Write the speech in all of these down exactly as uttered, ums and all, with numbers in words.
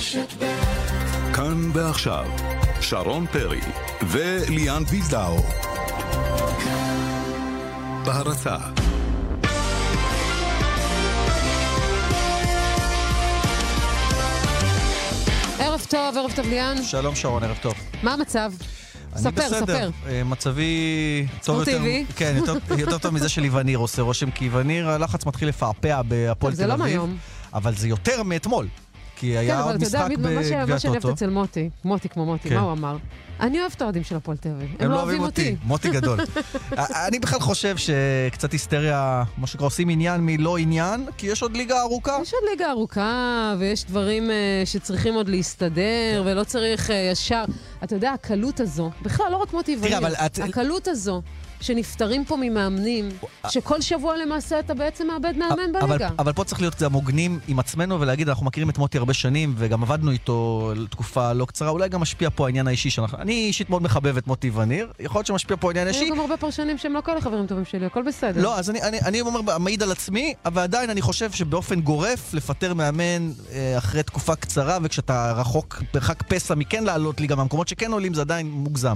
כאן ועכשיו, שרון פרי וליאן ויזדאו. בהרצה. ערב טוב, ערב טוב ליאן. שלום שרון, ערב טוב. מה המצב? ספר, ספר. מצבי טוב יותר, ספורטיבי. כן, יותר, יותר טוב מזה של איווניר עושה רושם, כי איווניר הלחץ מתחיל לפעפע בהפועל תל אביב. זה לא מהיום. אבל זה יותר מאתמול. כי היה עוד משחק בגביע הטוטו. מה שאני אוהבת אצל מוטי, מוטי כמו מוטי, מה הוא אמר? אני אוהבת את האוהדים של הפועל תל אביב. הם לא אוהבים אותי. מוטי גדול. אני בכלל חושב שקצת היסטריה, מה שקרה, עושים עניין מלא עניין, כי יש עוד ליגה ארוכה. יש עוד ליגה ארוכה, ויש דברים שצריכים עוד להסתדר, ולא צריך ישר. אתה יודע, הקלות הזו, בכלל לא רק מוטי איווניר, הקלות הזו, שנפטרים פה ממאמנים, שכל שבוע למעשה אתה בעצם מאבד מאמן בליגה. אבל, אבל פה צריך להיות קצת מוגנים עם עצמנו ולהגיד, אנחנו מכירים את מוטי הרבה שנים, וגם עבדנו איתו תקופה לא קצרה, אולי גם משפיע פה העניין האישי שאנחנו... אני אישית מאוד מחבב את מוטי איווניר, יכול להיות שמשפיע פה העניין האישי. יש גם הרבה פרשנים שהם לא כל החברים טובים שלי, הכל בסדר. לא, אז אני, אני, אני אומר, מעיד על עצמי, אבל עדיין אני חושב שבאופן גורף, לפטר מאמן אחרי תקופה קצרה, וכשאתה רחוק, ברחק פסע מכן לעלות ליגה, מהמקומות שכן עולים, זה עדיין מוגזם.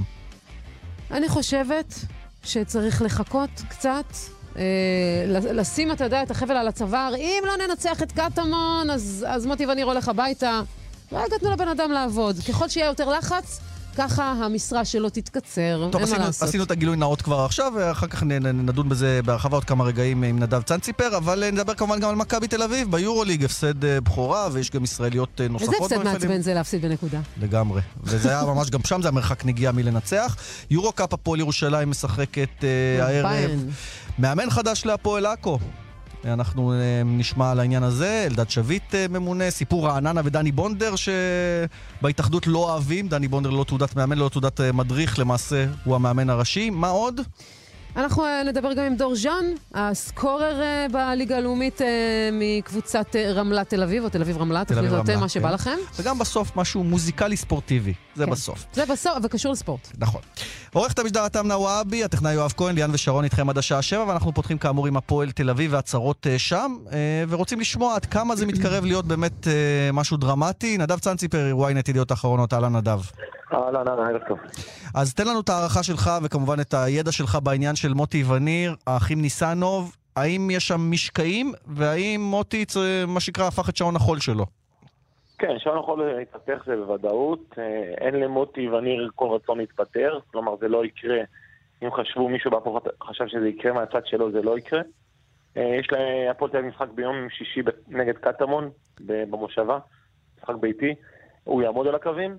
אני חושבת שצריך לחכות קצת, אה, לשים, אתה יודע, את החבל על הצוואר. אם לא ננצח את קטמון, אז, אז מוטי איווניר הולך הביתה. רגע, תנו לבן אדם לעבוד. ככל שיהיה יותר לחץ, ככה המשרה שלו תתקצר. טוב, עשינו, עשינו את הגילוי נאות כבר עכשיו, ואחר כך נדון בזה בהרחבה עוד כמה רגעים עם נדב צנציפר, אבל נדבר כמובן גם על מכבי תל אביב, ביורוליג, הפסד בחורה, ויש גם ישראליות נוספות. איזה הפסד מעצבן זה להפסיד בנקודה? לגמרי. וזה היה ממש, גם שם זה המרחק נגיעה מלנצח. יורו-קאפ הפועל ירושלים משחקת הערב. מאמן חדש להפועל עכו. אנחנו נשמע על העניין הזה, אלדד שביט ממונה, סיפור רעננה ודני בונדר שבהתאחדות לא אוהבים, דני בונדר לא תעודת מאמן, לא תעודת מדריך, למעשה הוא המאמן הראשי. מה עוד? אנחנו נדבר גם עם דור ז'אן, הסקורר בליגה הלאומית מקבוצת רמלה תל אביב, או תל אביב רמלה, תחליטו אתם מה שבא לכם. וגם בסוף משהו מוזיקלי ספורטיבי, זה בסוף. זה בסוף, וקשור לספורט. נכון. עורכת המשדר אתם נאוואבי, הטכנאי יואב כהן, ליאן ושרון איתכם עד השעה שבע, ואנחנו פותחים כאמור עם הפועל תל אביב והצהרות שם, ורוצים לשמוע עד כמה זה מתקרב להיות באמת משהו דרמטי. נדב צנציפר, וויינט ידיעות אחרונות, אהלן נדב. אהלן, אהלן, טוב. אז תן לנו את הערכה שלך וכמובן את הידע שלך בעניין של מוטי איווניר, האחים ניסנוב, האם יש שם משקעים, והאם מוטי, מה שקרה, הפך את שעון החול שלו? כן, שעון החול להתפתח זה בוודאות, אין למוטי איווניר כל רצון להתפטר, כלומר זה לא יקרה, אם חשבו מישהו חשב שזה יקרה מהצד שלו, זה לא יקרה. יש להפועל תל אביב משחק ביום שישי נגד קטמון במושבה, משחק ביתי, הוא יעמוד על הקווים,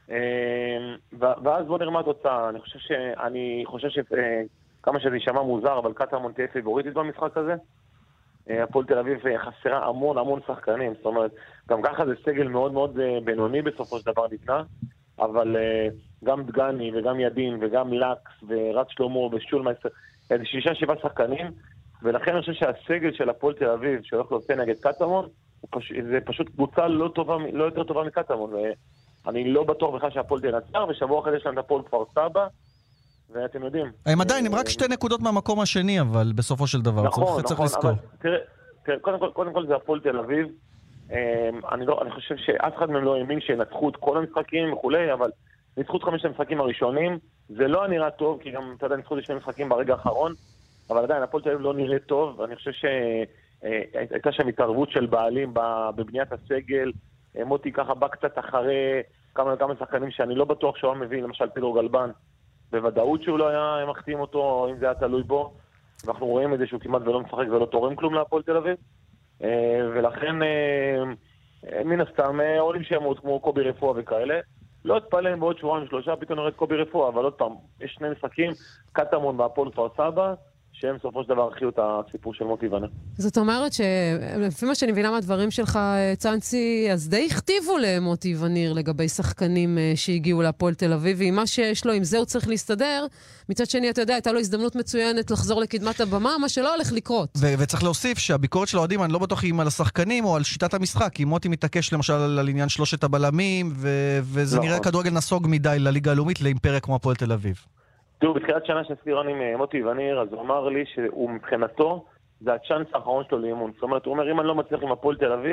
ואז בוא נראה התוצאה. אני חושב שאני חושב שכמה שזה יישמע מוזר, אבל קטמון תהיה פיבוריטית במשחק הזה. הפועל תל אביב חסרה המון המון שחקנים, זאת אומרת, גם ככה זה סגל מאוד מאוד בינוני בסופו של דבר נבנה, אבל גם דגני וגם ידין וגם לקס ורץ שלמה ושולמייסטר, זה שישה שבעה שחקנים, ולכן אני חושב שהסגל של הפועל תל אביב שהולך לעושה נגד קטמון, זה פשוט קבוצה לא טובה, לא יותר טובה מקטמון, אני לא בטוח בכלל שהפועל תנצח, ושבוע אחרי יש להם את הפועל כפר סבא, ואתם יודעים. הם עדיין, הם רק שתי נקודות מהמקום השני, אבל בסופו של דבר, נכון, צריך נכון, לזכור. אבל תראה, תראה, קודם כל, קודם כל זה הפועל תל אביב, אני לא, אני חושב שאף אחד מהם לא האמין שינצחו את כל המשחקים וכולי, אבל ניצחו את חמשת המשחקים הראשונים, זה לא נראה טוב, כי גם, אתה יודע, ניצחו את שני משחקים ברגע האחרון, אבל עדיין, הפועל תל אביב לא נראה טוב, ואני חושב שהייתה שם התערבות של בעלים בבניית הסגל, מוטי ככה בא קצת אחרי כמה כמה שחקנים שאני לא בטוח שהוא מבין, למשל פילור גלבן, בוודאות שהוא לא היה מחתים אותו, אם זה היה תלוי בו, ואנחנו רואים את זה שהוא כמעט ולא משחק ולא תורם כלום להפועל תל אביב, ולכן מן הסתם עולים שמות כמו קובי רפואה וכאלה, לא התפלם בעוד שבועיים שלושה, פתאום נראה את קובי רפואה, אבל עוד פעם, יש שני משחקים, קטמון והפועל כפר סבא, שהם בסופו של דבר הכיאו את הסיפור של מוטי איווניר. זאת אומרת שלפי מה שאני מבינה מהדברים שלך, צאנצי, אז די הכתיבו למוטי איווניר לגבי שחקנים שהגיעו להפועל תל אביב, ועם מה שיש לו, עם זה הוא צריך להסתדר. מצד שני, אתה יודע, הייתה לו הזדמנות מצוינת לחזור לקדמת הבמה, מה שלא הולך לקרות. ו- וצריך להוסיף שהביקורת של האוהדים, אני לא בטוח אם על השחקנים או על שיטת המשחק, כי מוטי מתעקש למשל על עניין שלושת הבלמים, ו- וזה נראה כדורגל נסוג מדי לליגה הלאומית לאימפריה כמו הפועל תל אביב. תראו, בתחילת שנה שסבירון עם מוטי איווניר, אז הוא אמר לי שהוא מבחינתו, זה הצ'אנס האחרון שלו לאימון. זאת אומרת, הוא אומר, אם אני לא מצליח עם הפועל תל אביב,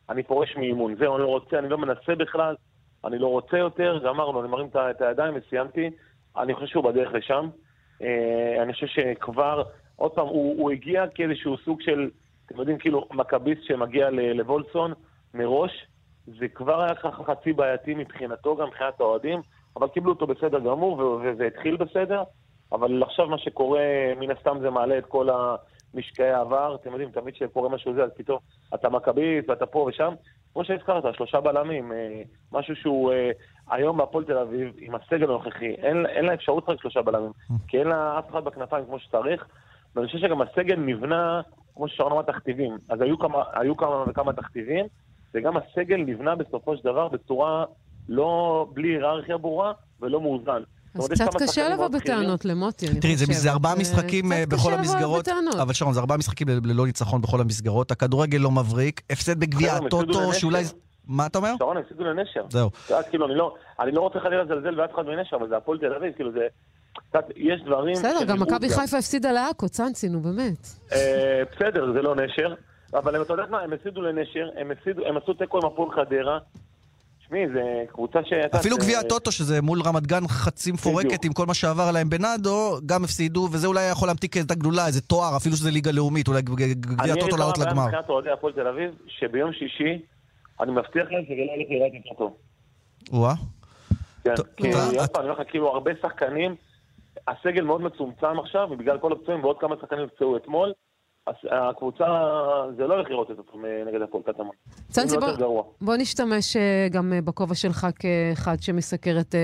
אני פורש מאימון. זהו, אני לא רוצה, אני לא מנסה בכלל, אני לא רוצה יותר, ואמרנו, אני מרים את הידיים וסיימתי, אני חושב שהוא בדרך לשם. אני חושב שכבר, עוד פעם, הוא, הוא הגיע כאיזשהו סוג של, אתם יודעים, כאילו, מקביסט שמגיע לוולסון מראש, זה כבר היה ככה חצי בעייתי מבחינתו, גם מבחינת האוהדים, אבל קיבלו אותו בסדר גמור, וזה התחיל בסדר, אבל עכשיו מה שקורה, מן הסתם זה מעלה את כל המשקעי העבר, אתם יודעים, תמיד שקורה משהו זה, אז פתאום אתה מקביסט ואתה פה ושם, כמו שהזכרת, שלושה בלמים, משהו שהוא היום בהפועל תל אביב, עם הסגל הנוכחי, אין, אין לה אפשרות רק שלושה בלמים, כי אין לה אף אחד בכנפיים כמו שצריך, ואני חושב שגם הסגל נבנה, כמו ששארנו מה תכתיבים, אז היו כמה, היו כמה וכמה תכתיבים, וגם הסגל נבנה בסופו של דבר בצורה לא, בלי היררכיה ברורה ולא מאוזן. אז קצת קשה לבוא בטענות למוטי, אני חושבת. תראי, זה ארבעה משחקים בכל המסגרות, אבל שרון, זה ארבעה משחקים ללא ניצחון בכל המסגרות, הכדורגל לא מבריק, הפסד בגביע הטוטו, שאולי... מה אתה אומר? שרון, הפסידו לנשר. זהו. אני לא רוצה חלילה לזלזל באף אחד מנשר, אבל זה הפועל תל אביב, כאילו זה... יש דברים... בסדר, גם מכבי חיפה הפסידה לעכו, צאנצינו, באמת. בסדר, זה לא נשר, אבל אתה יודע מה, הם הפסידו לנשר, הם עשו תיקו עם הפועל חדרה. שמי, זה קבוצה ש... אפילו גביע הטוטו, שזה מול רמת גן חצי מפורקת עם כל מה שעבר עליהם בנאדו, גם הפסידו, וזה אולי יכול להמתיק את הגדולה, איזה תואר, אפילו שזה ליגה לאומית, אולי גביע הטוטו לעלות לגמר. אני אגיד מבחינת אוהדי הפועל תל אביב, שביום שישי, אני מבטיח להם שזה לא הולך לראות יותר טוב. וואה. כן, כי אני אומר לך, כאילו, הרבה שחקנים, הסגל מאוד מצומצם עכשיו, ובגלל כל הפצועים, ועוד כמה שחקנים פצעו אתמול, הקבוצה, זה לא הולך לראות את זה נגד הפועל קטמון. צאנצי, בוא נשתמש גם בכובע שלך כאחד שמסקר את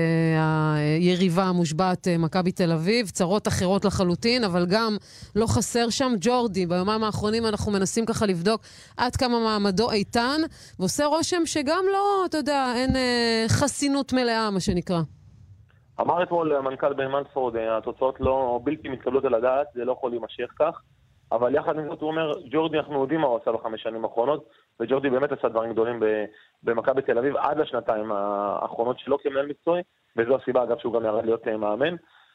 היריבה המושבעת מכבי תל אביב, צרות אחרות לחלוטין, אבל גם לא חסר שם ג'ורדי. ביומיים האחרונים אנחנו מנסים ככה לבדוק עד כמה מעמדו איתן, ועושה רושם שגם לא, אתה יודע, אין חסינות מלאה, מה שנקרא. אמר אתמול המנכ"ל בן מנספורד, התוצאות לא בלתי מתקבלות על הדעת, זה לא יכול להימשך כך. אבל יחד עם זאת הוא אומר, ג'ורדי אנחנו יודעים מה הוא עשה בחמש שנים האחרונות, וג'ורדי באמת עשה דברים גדולים במכבי תל אביב עד לשנתיים האחרונות שלו כמנהל מקצועי, וזו הסיבה אגב שהוא גם ירד להיות מאמן.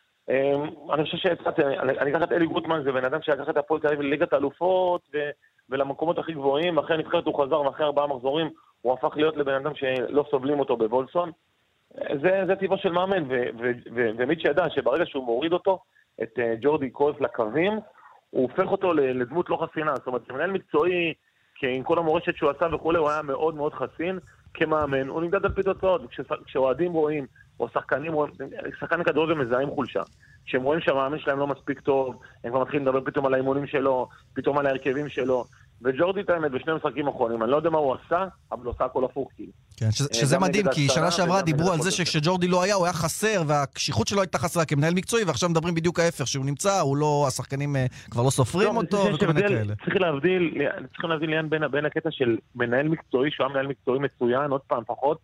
אני חושב שהצעתי, אני אקח את אלי גוטמן, זה בן אדם שלקח את הפועל תל אביב לליגת האלופות ולמקומות הכי גבוהים, אחרי הנבחרת הוא חזר ואחרי ארבעה מחזורים הוא הפך להיות לבן אדם שלא סובלים אותו בוולסון. זה, זה טבעו של מאמן, ומי שידע שברגע שהוא מוריד אותו, את ג'ורדי קרויף לקווים, הוא הופך אותו לדמות לא חסינה, זאת אומרת, כמנהל מקצועי, עם כל המורשת שהוא עשה וכו', הוא היה מאוד מאוד חסין, כמאמן, הוא נמדד על פי תוצאות, כשאוהדים רואים, או שחקנים רואים, שחקנים כדורגל מזהים חולשה, כשהם רואים שהמאמן שלהם לא מספיק טוב, הם כבר מתחילים לדבר פתאום על האימונים שלו, פתאום על ההרכבים שלו, וג'ורדי את האמת בשני משחקים האחרונים, אני לא יודע מה הוא עשה, אבל הוא עשה הכל הפוך כאילו. כן, שזה מדהים, כי שנה שעברה דיברו על זה שכשג'ורדי לא היה, הוא היה חסר, והקשיחות שלו הייתה חסרה כמנהל מקצועי, ועכשיו מדברים בדיוק ההפך, שהוא נמצא, הוא לא, השחקנים כבר לא סופרים אותו, וכל מיני כאלה. צריכים להבדיל, צריכים להבדיל בין הקטע של מנהל מקצועי, שהוא היה מנהל מקצועי מצוין, עוד פעם פחות,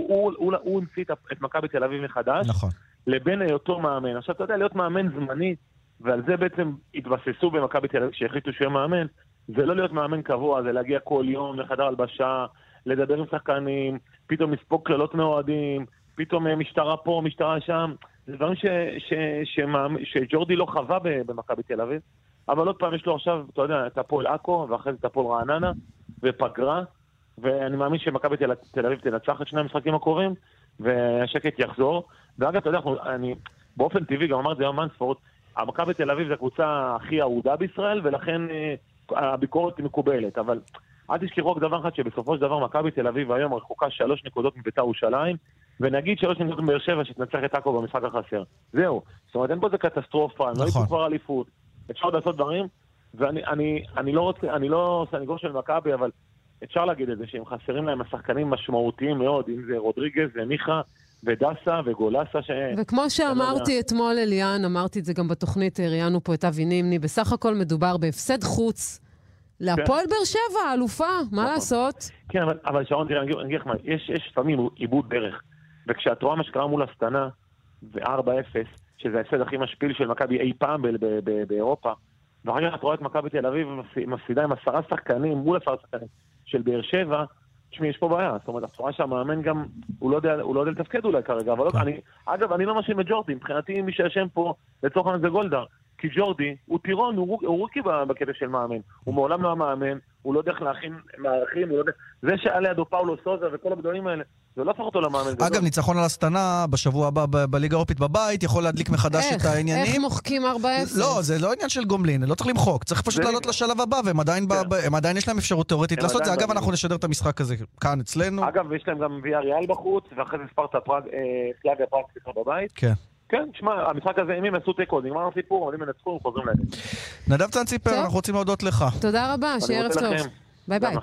הוא המציא את מכבי תל אביב מחדש, לבין היותו מאמן. עכשיו אתה יודע, להיות מאמן זמני, ועל זה בעצם התבססו במכבי תל אביב, שהחליטו שהוא מאמן, זה לא להיות מאמן קבוע, זה להגיע כל יום לחדר הלבשה, לדבר עם שחקנים, פתאום לספוג כללות מאוהדים, פתאום משטרה פה, משטרה שם. זה דברים ש, ש, ש, ש, שג'ורדי לא חווה במכבי תל אביב, אבל עוד פעם יש לו עכשיו, אתה יודע, את הפועל עכו, ואחרי זה את הפועל רעננה, ופגרה, ואני מאמין שמכבי תל, תל אביב תנצח את שני המשחקים הקרובים, והשקט יחזור. ואגב, אתה יודע, אני, באופן טבעי, גם אמרתי היום מנספורד, המכבי תל אביב זה הקבוצה הכי אהודה בישראל, ולכן הביקורת היא מקובלת, אבל אל תשכחו רק דבר אחד שבסופו של דבר מכבי תל אביב היום רחוקה שלוש נקודות מבית"ר ירושלים, ונגיד שלוש נקודות מבאר שבע שתנצח את עכו במשחק החסר. זהו. זאת אומרת, אין פה זה קטסטרופה, נכון. לא יצאו כבר אליפות, אפשר לעשות דברים, ואני אני, אני לא רוצה, אני לא סניגור של מכבי, אבל אפשר להגיד את זה, שהם חסרים להם השחקנים משמעותיים מאוד, אם זה רודריגז ומיכה, ודסה וגולסה ש... וכמו שאמרתי אתמול אליאן, אמרתי את זה גם בתוכנית, ראיינו פה את אבי נימני, בסך הכל מדובר בהפסד חוץ, להפועל באר שבע, אלופה, מה לעשות? כן, אבל שרון, תראה, אני אגיד לך מה, יש לפעמים עיבוד דרך, וכשאת רואה מה שקרה מול הסטנה, ו-ארבע אפס, שזה ההפסד הכי משפיל של מכבי אי פעם באירופה, ואחר כך את רואה את מכבי תל אביב מפסידה עם עשרה שחקנים, מול עשרה שחקנים של באר שבע, תשמעי, יש פה בעיה, זאת אומרת, הצורה שהמאמן גם, הוא לא יודע, הוא לא יודע לתפקד אולי כרגע, אבל אני, אגב, אני לא משאיר את ג'ורדי, מבחינתי מי שישם פה, לצורך העניין זה גולדהר, כי ג'ורדי הוא טירון, הוא, הוא רוקי בקטע של מאמן, הוא מעולם לא המאמן, הוא לא יודע איך להכין מערכים, הוא לא יודע... זה שעלה לידו פאולו סוזה וכל הגדולים האלה, זה לא הפך אותו למאמן גדול. אגב, ניצחון על הסטנה בשבוע הבא בליגה האירופית בבית, יכול להדליק מחדש את העניינים. איך מוחקים ארבע אפס? לא, זה לא עניין של גומלין, לא צריך למחוק, צריך פשוט לעלות לשלב הבא, והם עדיין יש להם אפשרות תיאורטית לעשות זה. אגב, אנחנו נשדר את המשחק הזה כאן אצלנו. אגב, יש להם גם ויאריאל בחוץ, ואחרי זה ספרטה פראג, סלאביה פראג שיחקה בבית. כן. כן, תשמע, המשחק הזה, אם הם יעשו תיקו, נגמר הסיפור, אבל אם ינצחו, הם חוזרים להם. נדב צאנציפר, אנחנו רוצים להודות לך. תודה רבה, שיהיה ערב טוב. ביי ביי.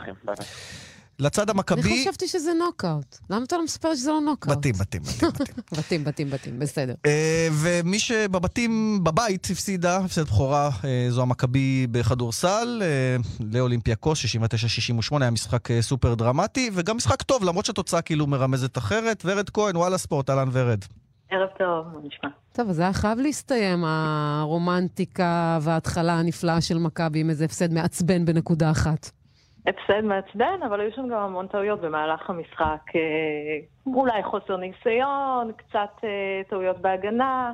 לצד המכבי... אני חשבתי שזה נוקאוט. למה אתה לא מספר שזה לא נוקאוט? בתים, בתים, בתים. בתים, בתים, בתים, בסדר. ומי שבבתים, בבית, הפסידה, הפסד בכורה, זו המכבי בכדורסל, לאולימפיאקוס, שישים ותשע שישים ושמונה, היה משחק סופר דרמטי, וגם משחק טוב, למרות שהתוצאה כאילו מרמזת אחרת. ורד כהן, וואלה ספורט, אהלן ורד. ערב טוב, נשמע. טוב, אז זה היה חייב להסתיים, הרומנטיקה וההתחלה הנפלאה של מכבי עם איזה הפסד מעצבן בנקודה אחת. הפסד מעצבן, אבל היו שם גם המון טעויות במהלך המשחק. אולי חוסר ניסיון, קצת טעויות בהגנה.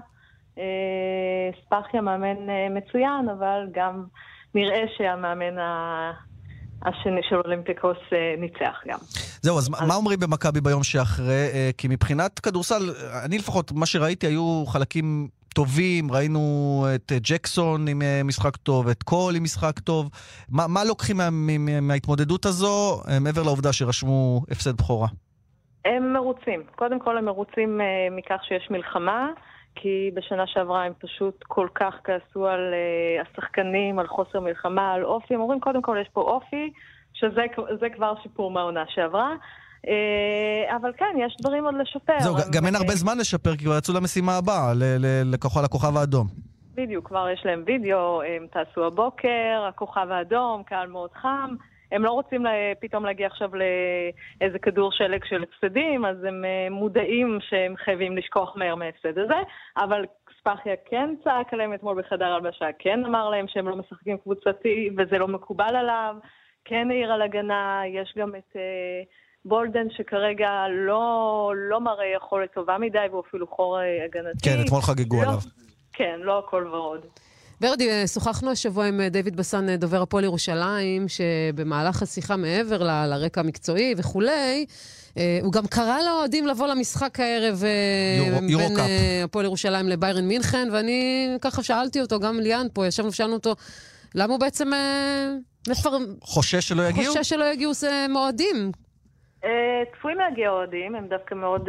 ספאחיה מאמן מצוין, אבל גם נראה שהמאמן השני של אולימפיאקוס ניצח גם. זהו, אז מה אומרים במכבי ביום שאחרי? כי מבחינת כדורסל, אני לפחות, מה שראיתי היו חלקים טובים, ראינו את ג'קסון עם משחק טוב, את קול עם משחק טוב. מה, מה לוקחים מה, מה, מההתמודדות הזו, מעבר לעובדה שרשמו הפסד בכורה? הם מרוצים. קודם כל הם מרוצים uh, מכך שיש מלחמה, כי בשנה שעברה הם פשוט כל כך כעסו על uh, השחקנים, על חוסר מלחמה, על אופי. הם אומרים, קודם כל יש פה אופי, שזה זה כבר שיפור מהעונה שעברה. אבל כן, יש דברים עוד לשפר. זהו, גם אין הרבה זמן לשפר, כי כבר יצאו למשימה הבאה, לכוכב האדום. בדיוק, כבר יש להם וידאו, הם תעשו הבוקר, הכוכב האדום, קהל מאוד חם, הם לא רוצים פתאום להגיע עכשיו לאיזה כדור שלג של הפסדים, אז הם מודעים שהם חייבים לשכוח מהר מההפסד הזה, אבל ספאחיה כן צעק עליהם אתמול בחדר הלבשה, כן אמר להם שהם לא משחקים קבוצתי, וזה לא מקובל עליו, כן העיר על הגנה, יש גם את... בולדן שכרגע לא, לא מראה יכולת טובה מדי, והוא אפילו חור הגנתי. כן, אתמול חגגו לא, עליו. כן, לא הכל ועוד. ורדי, שוחחנו השבוע עם דיוויד בסן, דובר הפועל ירושלים, שבמהלך השיחה מעבר ל, לרקע המקצועי וכולי, הוא גם קרא לאוהדים לבוא למשחק הערב יורו, בין יורו הפועל ירושלים לביירן מינכן, ואני ככה שאלתי אותו, גם ליאן פה, ישבנו ושאלנו אותו, למה הוא בעצם מפר... חושש שלא יגיעו? חושש שלא יגיעו מועדים. צפויים להגיע אוהדים, הם דווקא מאוד,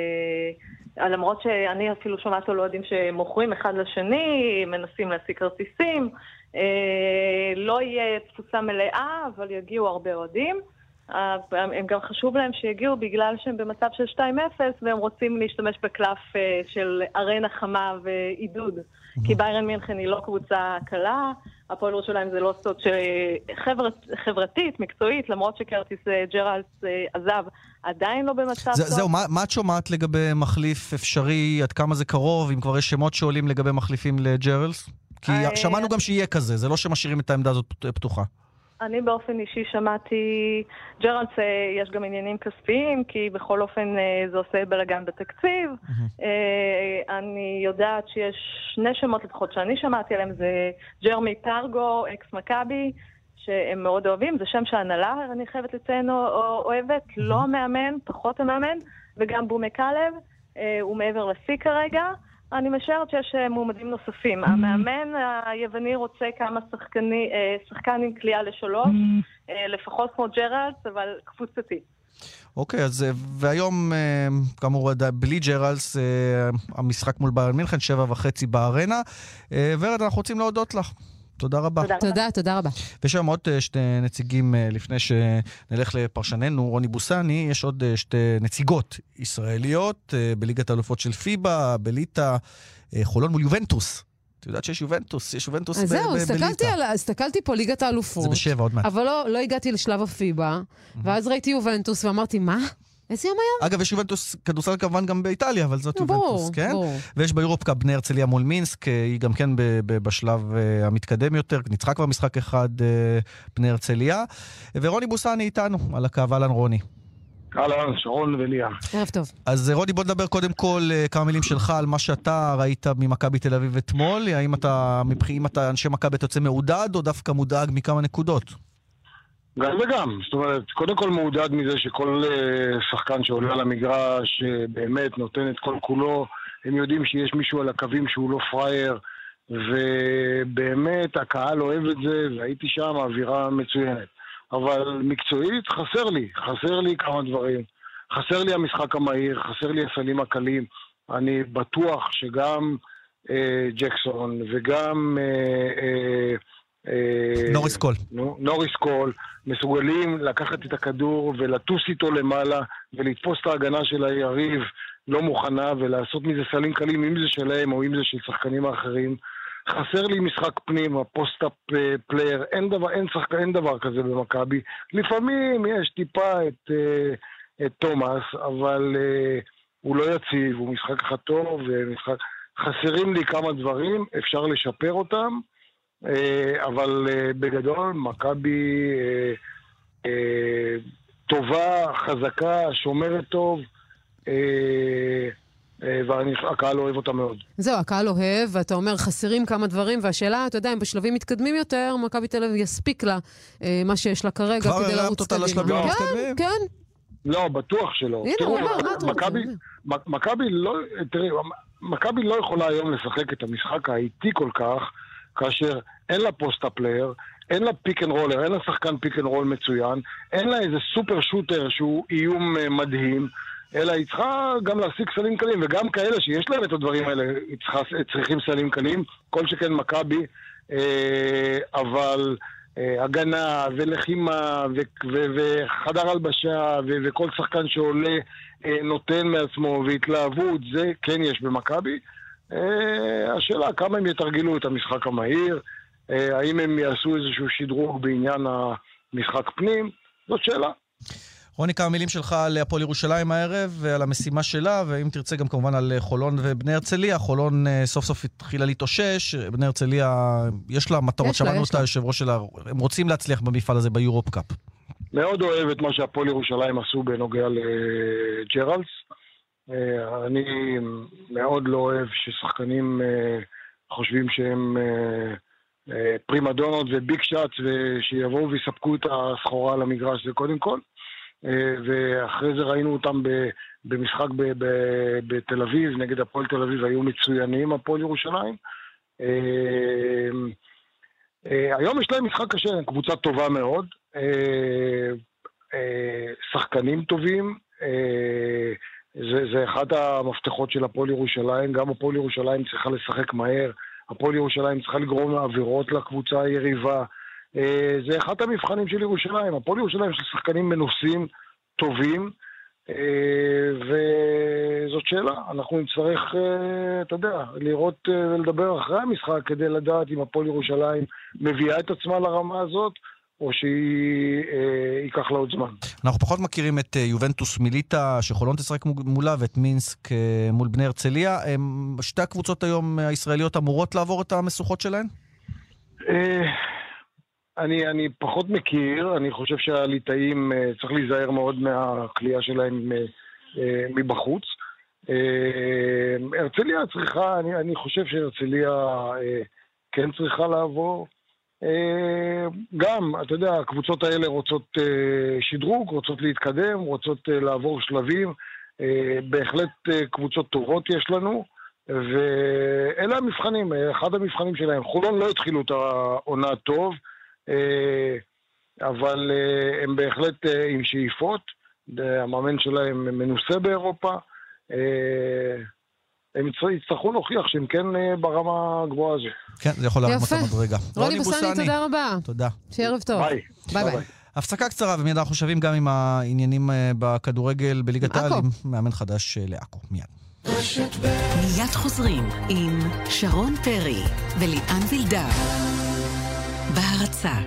למרות שאני אפילו שומעת על אוהדים שמוכרים אחד לשני, מנסים להשיג כרטיסים, לא יהיה תפוסה מלאה, אבל יגיעו הרבה אוהדים. הם גם חשוב להם שיגיעו בגלל שהם במצב של שתיים אפס, והם רוצים להשתמש בקלף של ארנה חמה ועידוד. כי ביירן מינכן היא לא קבוצה קלה, הפועל ירושלים זה לא סוד חברתית, מקצועית, למרות שקרטיס ג'רלס עזב, עדיין לא במצב טוב. זהו, מה את שומעת לגבי מחליף אפשרי, עד כמה זה קרוב, אם כבר יש שמות שעולים לגבי מחליפים לג'רלס? כי שמענו גם שיהיה כזה, זה לא שמשאירים את העמדה הזאת פתוחה. אני באופן אישי שמעתי, ג'רלס יש גם עניינים כספיים, כי בכל אופן זה עושה בלגן בתקציב. אני יודעת שיש שני שמות לפחות שאני שמעתי עליהם, זה ג'רמי פרגו, אקס מכבי, שהם מאוד אוהבים, זה שם שהנהלה, אני חייבת לציין, אוהבת, לא המאמן, פחות המאמן, וגם בומי קלב, הוא מעבר לשיא כרגע. אני משערת שיש מועמדים נוספים. המאמן היווני רוצה כמה שחקני, שחקן עם קליעה לשלוש, לפחות כמו ג'רלס, אבל קבוצתי. אוקיי, אז והיום, כאמור, בלי ג'רלס, המשחק מול ביירן מינכן, שבע וחצי בארנה. ורד, אנחנו רוצים להודות לך. תודה רבה. תודה, תודה, תודה רבה. ויש היום עוד שתי נציגים לפני שנלך לפרשננו, רוני בוסני, יש עוד שתי נציגות ישראליות בליגת האלופות של פיבה, בליטה, חולון מול יובנטוס. את יודעת שיש יובנטוס, יש יובנטוס בליטה. זהו, הסתכלתי, על, הסתכלתי פה ליגת האלופות. זה בשבע עוד מעט. אבל לא, לא הגעתי לשלב הפיבה, ואז ראיתי יובנטוס ואמרתי, מה? איזה יום היום? אגב, יש יובנטוס כדורסל כמובן גם באיטליה, אבל זאת יובנטוס, כן? ברור. ויש באירופקה בני הרצליה מול מינסק, היא גם כן בשלב המתקדם יותר, ניצחה כבר משחק אחד בני הרצליה. ורוני בוסני איתנו, על הקו, אהלן רוני. אהלן, שרון וליה. ערב טוב. אז רוני, בוא נדבר קודם כל כמה מילים שלך על מה שאתה ראית ממכבי תל אביב אתמול. האם אתה, אם אתה אנשי מכבי אתה יוצא מעודד, או דווקא מודאג מכמה נקודות? גם וגם, זאת אומרת, קודם כל מעודד מזה שכל שחקן שעולה על המגרש באמת נותן את כל כולו, הם יודעים שיש מישהו על הקווים שהוא לא פרייר, ובאמת הקהל אוהב את זה, והייתי שם, אווירה מצוינת. אבל מקצועית חסר לי, חסר לי כמה דברים. חסר לי המשחק המהיר, חסר לי הסלים הקלים. אני בטוח שגם אה, ג'קסון וגם אה, אה, אה, נוריס קול. נוריס קול מסוגלים לקחת את הכדור ולטוס איתו למעלה ולתפוס את ההגנה של היריב לא מוכנה ולעשות מזה סלים קלים, אם זה שלהם או אם זה של שחקנים האחרים. חסר לי משחק פנים, הפוסט-אפ פלייר, אין דבר, אין שחק, אין דבר כזה במכבי. לפעמים יש טיפה את, את תומאס, אבל הוא לא יציב, הוא משחק אחד טוב, ומשחק... חסרים לי כמה דברים, אפשר לשפר אותם, אבל בגדול מכבי טובה, חזקה, שומרת טוב, והקהל אוהב אותה מאוד. זהו, הקהל אוהב, ואתה אומר חסרים כמה דברים, והשאלה, אתה יודע, אם בשלבים מתקדמים יותר, מכבי תל אביב יספיק לה מה שיש לה כרגע כדי לרוץ קדימה. לשלבים כן, כן. לא, בטוח שלא. הנה, הוא אומר, מה אתה רוצה? מכבי לא, תראי, מכבי לא יכולה היום לשחק את המשחק האיטי כל כך, כאשר אין לה פוסט הפלייר, אין לה פיק אנד רולר, אין לה שחקן פיק אנד רול מצוין, אין לה איזה סופר שוטר שהוא איום מדהים, אלא היא צריכה גם להשיג סלים קלים, וגם כאלה שיש להם את הדברים האלה, היא צריכה, צריכים סלים קלים, כל שכן מכבי, אה, אבל אה, הגנה ולחימה ו- ו- וחדר הלבשה ו- וכל שחקן שעולה אה, נותן מעצמו והתלהבות, זה כן יש במכבי. אה, השאלה כמה הם יתרגלו את המשחק המהיר, אה, האם הם יעשו איזשהו שדרוג בעניין המשחק פנים, זאת שאלה. רוני, כמה מילים שלך על הפועל ירושלים הערב ועל המשימה שלה, ואם תרצה גם כמובן על חולון ובני הרצליה. חולון סוף סוף התחילה להתאושש, בני הרצליה יש לה מטרות, שמענו את היושב ראש שלה, הם רוצים להצליח במפעל הזה ביורופ קאפ. מאוד אוהב את מה שהפועל ירושלים עשו בנוגע לג'רלס. אני מאוד לא אוהב ששחקנים חושבים שהם פרימדונות וביג שאט, ושיבואו ויספקו את הסחורה על המגרש, זה קודם כל. ואחרי זה ראינו אותם במשחק בתל אביב, נגד הפועל תל אביב, היו מצוינים הפועל ירושלים. היום יש להם משחק קשה, קבוצה טובה מאוד, שחקנים טובים, זה, זה אחד המפתחות של הפועל ירושלים. גם הפועל ירושלים צריכה לשחק מהר, הפועל ירושלים צריכה לגרום לעבירות לקבוצה היריבה. זה אחד המבחנים של ירושלים. הפועל ירושלים של שחקנים מנוסים, טובים, וזאת שאלה. אנחנו נצטרך, אתה יודע, לראות ולדבר אחרי המשחק כדי לדעת אם הפועל ירושלים מביאה את עצמה לרמה הזאת, או שהיא ייקח לה עוד זמן. אנחנו פחות מכירים את יובנטוס מיליטה, שחולון תשחק מולה, ואת מינסק מול בני הרצליה. שתי הקבוצות היום הישראליות אמורות לעבור את המשוכות שלהן? אני, אני פחות מכיר, אני חושב שהליטאים צריך להיזהר מאוד מהקליעה שלהם מבחוץ. הרצליה צריכה, אני, אני חושב שהרצליה כן צריכה לעבור. גם, אתה יודע, הקבוצות האלה רוצות שדרוג, רוצות להתקדם, רוצות לעבור שלבים. בהחלט קבוצות טובות יש לנו, ואלה המבחנים, אחד המבחנים שלהם. חולון לא התחילו את העונה טוב, אבל הם בהחלט עם שאיפות, המאמן שלהם מנוסה באירופה, הם יצטרכו להוכיח שהם כן ברמה הגבוהה הזו. כן, זה יכול להראות את המדרגה. רוני בוסני, תודה רבה. תודה. שערב טוב. ביי. ביי ביי. הפסקה קצרה, ומיד אנחנו שווים גם עם העניינים בכדורגל בליגת העל, עם מאמן חדש לעכו. מיד. מיד חוזרים עם שרון פרי וליאן וילדר. בהרצה.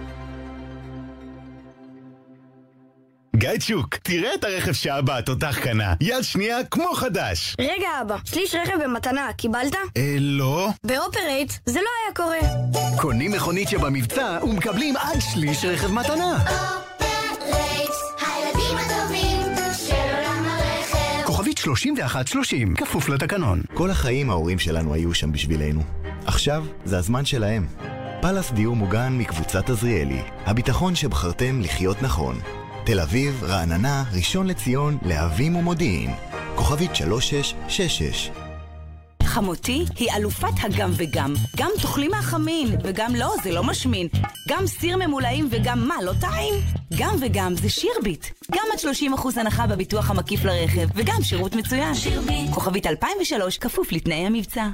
גיא צ'וק, תראה את הרכב שאבא התותח קנה. יד שנייה כמו חדש. רגע אבא, שליש רכב במתנה, קיבלת? אה, לא. באופרייט זה לא היה קורה. קונים מכונית שבמבצע ומקבלים עד שליש רכב מתנה. אופרייט, הילדים הטובים של עולם הרכב. כוכבית שלושים ואחת שלושים, כפוף לתקנון. כל החיים ההורים שלנו היו שם בשבילנו. עכשיו זה הזמן שלהם. פלס דיור מוגן מקבוצת עזריאלי. הביטחון שבחרתם לחיות נכון. תל אביב, רעננה, ראשון לציון, להבים ומודיעין. כוכבית שלוש שש שש שש. חמותי היא אלופת הגם וגם. גם תאכלי מהחמין, וגם לא, זה לא משמין. גם סיר ממולאים וגם מה, לא טעים? גם וגם זה שירביט. גם עד שלושים אחוז הנחה בביטוח המקיף לרכב, וגם שירות מצוין. שירביט. כוכבית אלפיים ושלוש, כפוף לתנאי המבצע.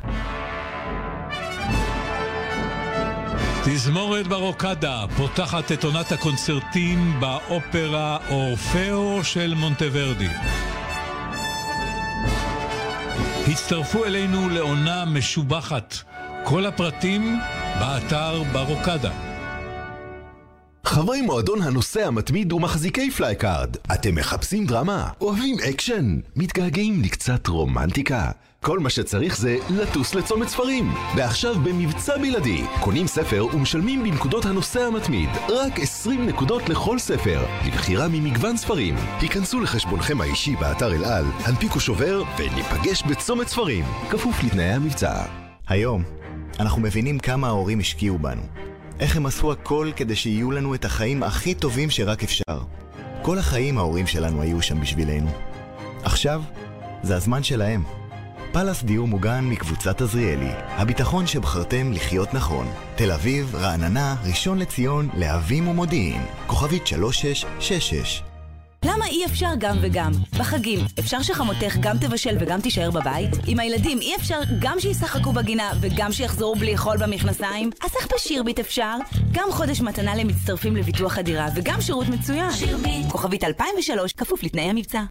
תזמורת ברוקדה פותחת את עונת הקונצרטים באופרה אורפאו של מונטוורדי. הצטרפו אלינו לעונה משובחת. כל הפרטים באתר ברוקדה. חברי מועדון הנוסע המתמיד ומחזיקי פלייקארד, אתם מחפשים דרמה? אוהבים אקשן? מתגעגעים לקצת רומנטיקה? כל מה שצריך זה לטוס לצומת ספרים. ועכשיו במבצע בלעדי, קונים ספר ומשלמים בנקודות הנוסע המתמיד. רק עשרים נקודות לכל ספר, לבחירה ממגוון ספרים. היכנסו לחשבונכם האישי באתר אל על, הנפיקו שובר וניפגש בצומת ספרים. כפוף לתנאי המבצע. היום אנחנו מבינים כמה ההורים השקיעו בנו. איך הם עשו הכל כדי שיהיו לנו את החיים הכי טובים שרק אפשר. כל החיים ההורים שלנו היו שם בשבילנו. עכשיו זה הזמן שלהם. פלס דיור מוגן מקבוצת עזריאלי. הביטחון שבחרתם לחיות נכון. תל אביב, רעננה, ראשון לציון, להבים ומודיעין. כוכבית שלוש שש שש שש. למה אי אפשר גם וגם? בחגים, אפשר שחמותך גם תבשל וגם תישאר בבית? עם הילדים אי אפשר גם שישחקו בגינה וגם שיחזרו בלי חול במכנסיים? אז איך בשירביט אפשר? גם חודש מתנה למצטרפים לביטוח הדירה וגם שירות מצוין. שירביט. כוכבית אלפיים ושלוש, כפוף לתנאי המבצע.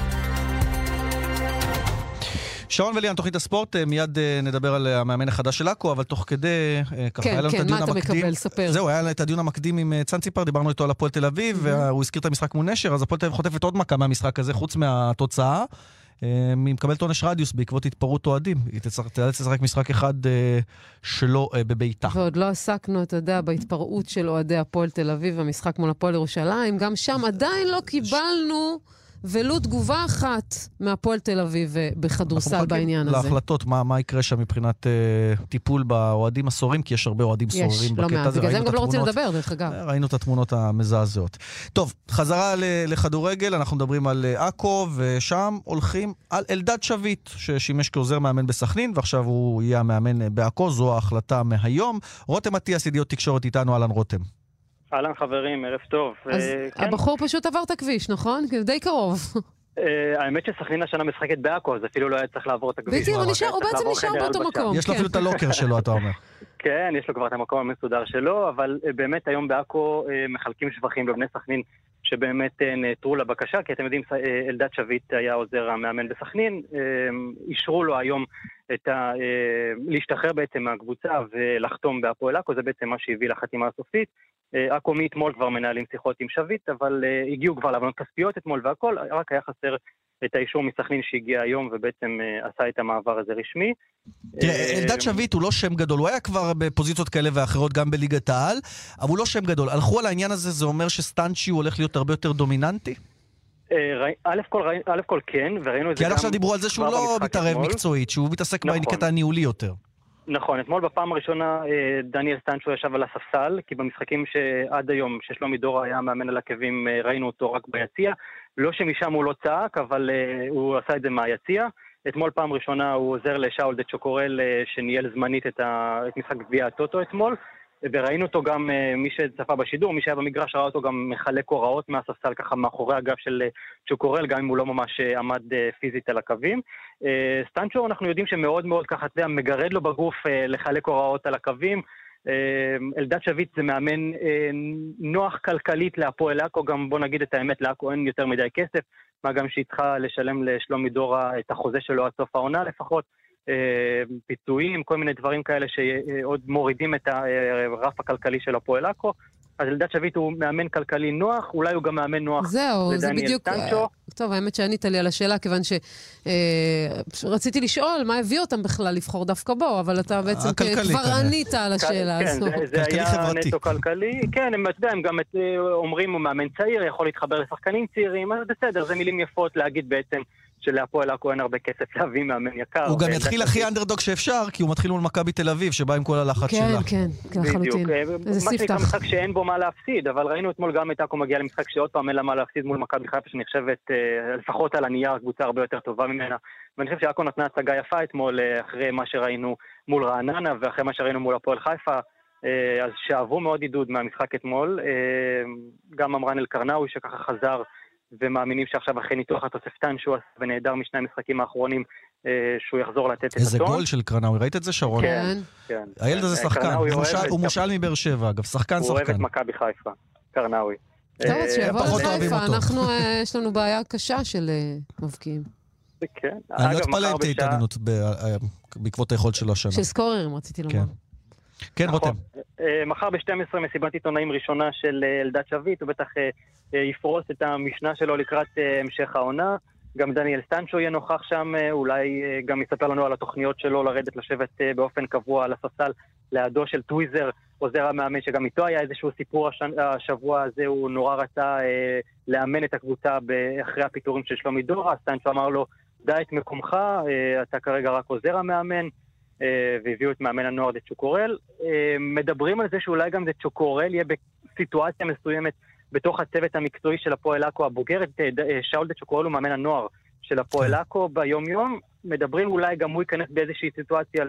שרון וליאן, תוכנית הספורט, מיד נדבר על המאמן החדש של אקו, אבל תוך כדי, ככה היה לנו את הדיון המקדים. כן, כן, מה אתה מקבל? ספר. זהו, היה לנו את הדיון המקדים עם צאנציפר, דיברנו איתו על הפועל תל אביב, והוא הזכיר את המשחק מול נשר, אז הפועל תל אביב חוטפת עוד מכה מהמשחק הזה, חוץ מהתוצאה. היא מקבלת עונש רדיוס בעקבות התפרעות אוהדים. היא תיאלץ לשחק משחק אחד שלו בביתה. ועוד לא עסקנו, אתה יודע, בהתפרעות של אוהדי הפועל תל אביב, המשחק מול הפועל ירושלים. גם שם עדיין לא קיבלנו ולו תגובה אחת מהפועל תל אביב בכדורסל בעניין הזה. להחלטות, מה, מה יקרה שם מבחינת uh, טיפול באוהדים הסורים, כי יש הרבה אוהדים סורים לא בקטע הזה. בגלל זה הם גם לא רוצים לדבר, דרך אגב. ראינו את התמונות המזעזעות. טוב, חזרה לכדורגל, אנחנו מדברים על אקו, ושם הולכים על אלדד שביט, ששימש כעוזר מאמן בסכנין, ועכשיו הוא יהיה המאמן באקו, זו ההחלטה מהיום. רותם מתיאס, ידיעות תקשורת איתנו, אלן רותם. אהלן חברים, ערב טוב. אז הבחור פשוט עבר את הכביש, נכון? די קרוב. האמת שסכנין השנה משחקת באקו, אז אפילו לא היה צריך לעבור את הכביש. בדיוק, הוא בעצם נשאר באותו מקום. יש לו אפילו את הלוקר שלו, אתה אומר. כן, יש לו כבר את המקום המסודר שלו, אבל באמת היום באקו מחלקים שבחים לבני סכנין שבאמת נעתרו לבקשה, כי אתם יודעים, אלדד שביט היה עוזר המאמן בסכנין, אישרו לו היום את ה... להשתחרר בעצם מהקבוצה ולחתום בהפועל אקו, זה בעצם מה שהביא לחתימה הסופית. אקו מאתמול כבר מנהלים שיחות עם שביט, אבל הגיעו כבר להבנות כספיות אתמול והכל, רק היה חסר את האישור מסכנין שהגיע היום ובעצם עשה את המעבר הזה רשמי. תראה, אלדד שביט הוא לא שם גדול, הוא היה כבר בפוזיציות כאלה ואחרות גם בליגת העל, אבל הוא לא שם גדול. הלכו על העניין הזה, זה אומר שסטנצ'י הוא הולך להיות הרבה יותר דומיננטי? א' כל כן, וראינו את זה גם... כי עד עכשיו דיברו על זה שהוא לא מתערב מקצועית, שהוא מתעסק בקטע הניהולי יותר. נכון, אתמול בפעם הראשונה דניאל סטנצ'ו ישב על הספסל, כי במשחקים שעד היום ששלומי דורה היה מאמן על עקבים, ראינו אותו רק ביציע. לא שמשם הוא לא צעק, אבל הוא עשה את זה מהיציע. אתמול פעם ראשונה הוא עוזר לשאול דה צ'וקורל, שניהל זמנית את משחק גביע הטוטו אתמול. וראינו אותו גם, מי שצפה בשידור, מי שהיה במגרש ראה אותו גם מחלק הוראות מהספסל ככה מאחורי הגב של צ'וקורל, גם אם הוא לא ממש עמד פיזית על הקווים. סטנצ'ו אנחנו יודעים שמאוד מאוד ככה, אתה יודע, מגרד לו בגוף לחלק הוראות על הקווים. אלדד שביט זה מאמן נוח כלכלית להפועל אקו, גם בוא נגיד את האמת, לאקו אין יותר מדי כסף, מה גם שהיא צריכה לשלם לשלומי דורה את החוזה שלו עד סוף העונה לפחות. פיצויים, כל מיני דברים כאלה שעוד מורידים את הרף הכלכלי של הפועל אקו. אז אלדד שביט הוא מאמן כלכלי נוח, אולי הוא גם מאמן נוח. זהו, זה בדיוק... טוב, האמת שענית לי על השאלה, כיוון שרציתי לשאול מה הביא אותם בכלל לבחור דווקא בו, אבל אתה בעצם כבר ענית על השאלה הזו. כן, זה היה נטו כלכלי. כן, הם גם אומרים, הוא מאמן צעיר, יכול להתחבר לשחקנים צעירים, אז בסדר, זה מילים יפות להגיד בעצם שלהפועל עכו אין הרבה כסף להביא מאמן יקר. הוא גם יתחיל הכי אנדרדוג שאפשר, כי הוא מתחיל מול מכבי תל אביב, שבא עם כל הלחץ שלה. כן, כן, לחלוטין. מה שנקרא משחק שאין בו מה להפסיד, אבל ראינו אתמול גם את עכו מגיע למשחק שעוד פעם אין לה מה להפסיד מול מכבי חיפה, שנחשבת לפחות על הנייר קבוצה הרבה יותר טובה ממנה. ואני חושב שעכו נתנה הצגה יפה אתמול אחרי מה שראינו מול רעננה ואחרי מה שראינו מול הפועל חיפה. אז שאהבו מאוד עידוד מהמשחק אתמול. גם אמרן אל-קרנאוי שככה חזר ומאמינים שעכשיו אחרי ניתוח התוספתן שהוא עשה ונהדר משני המשחקים האחרונים, שהוא יחזור לתת את הטון. איזה גול של קרנאוי, ראית את זה שרון? כן, כן. הילד הזה שחקן, הוא מושל מבאר שבע, אגב, שחקן שחקן. הוא אוהב את מכבי חיפה, קרנאוי. טוב, אז שיבוא לחיפה, אנחנו, יש לנו בעיה קשה של מבקיעים. כן. אני לא אתפלא אם תהיה התעניינות בעקבות היכולת שלו השנה. של סקוררים, רציתי לומר. כן, רותם. מחר ב-שתים עשרה מסיבת עיתונאים ראשונה של אלדד שביט, הוא בטח יפרוס את המשנה שלו לקראת המשך העונה. גם דניאל סטנצ'ו יהיה נוכח שם, אולי גם יספר לנו על התוכניות שלו לרדת לשבת באופן קבוע על הספסל לידו של טוויזר, עוזר המאמן, שגם איתו היה איזשהו סיפור השבוע הזה, הוא נורא רצה לאמן את הקבוצה אחרי הפיטורים של שלומי דורה. סטנצ'ו אמר לו, דע את מקומך, אתה כרגע רק עוזר המאמן, והביאו את מאמן הנוער דה צ'וקורל. מדברים על זה שאולי גם דה צ'וקורל יהיה בסיטואציה מסוימת בתוך הצוות המקצועי של הפועל עכו הבוגרת. שאול דה צ'וקורל הוא מאמן הנוער של הפועל עכו ביום יום. מדברים אולי גם הוא ייכנס באיזושהי סיטואציה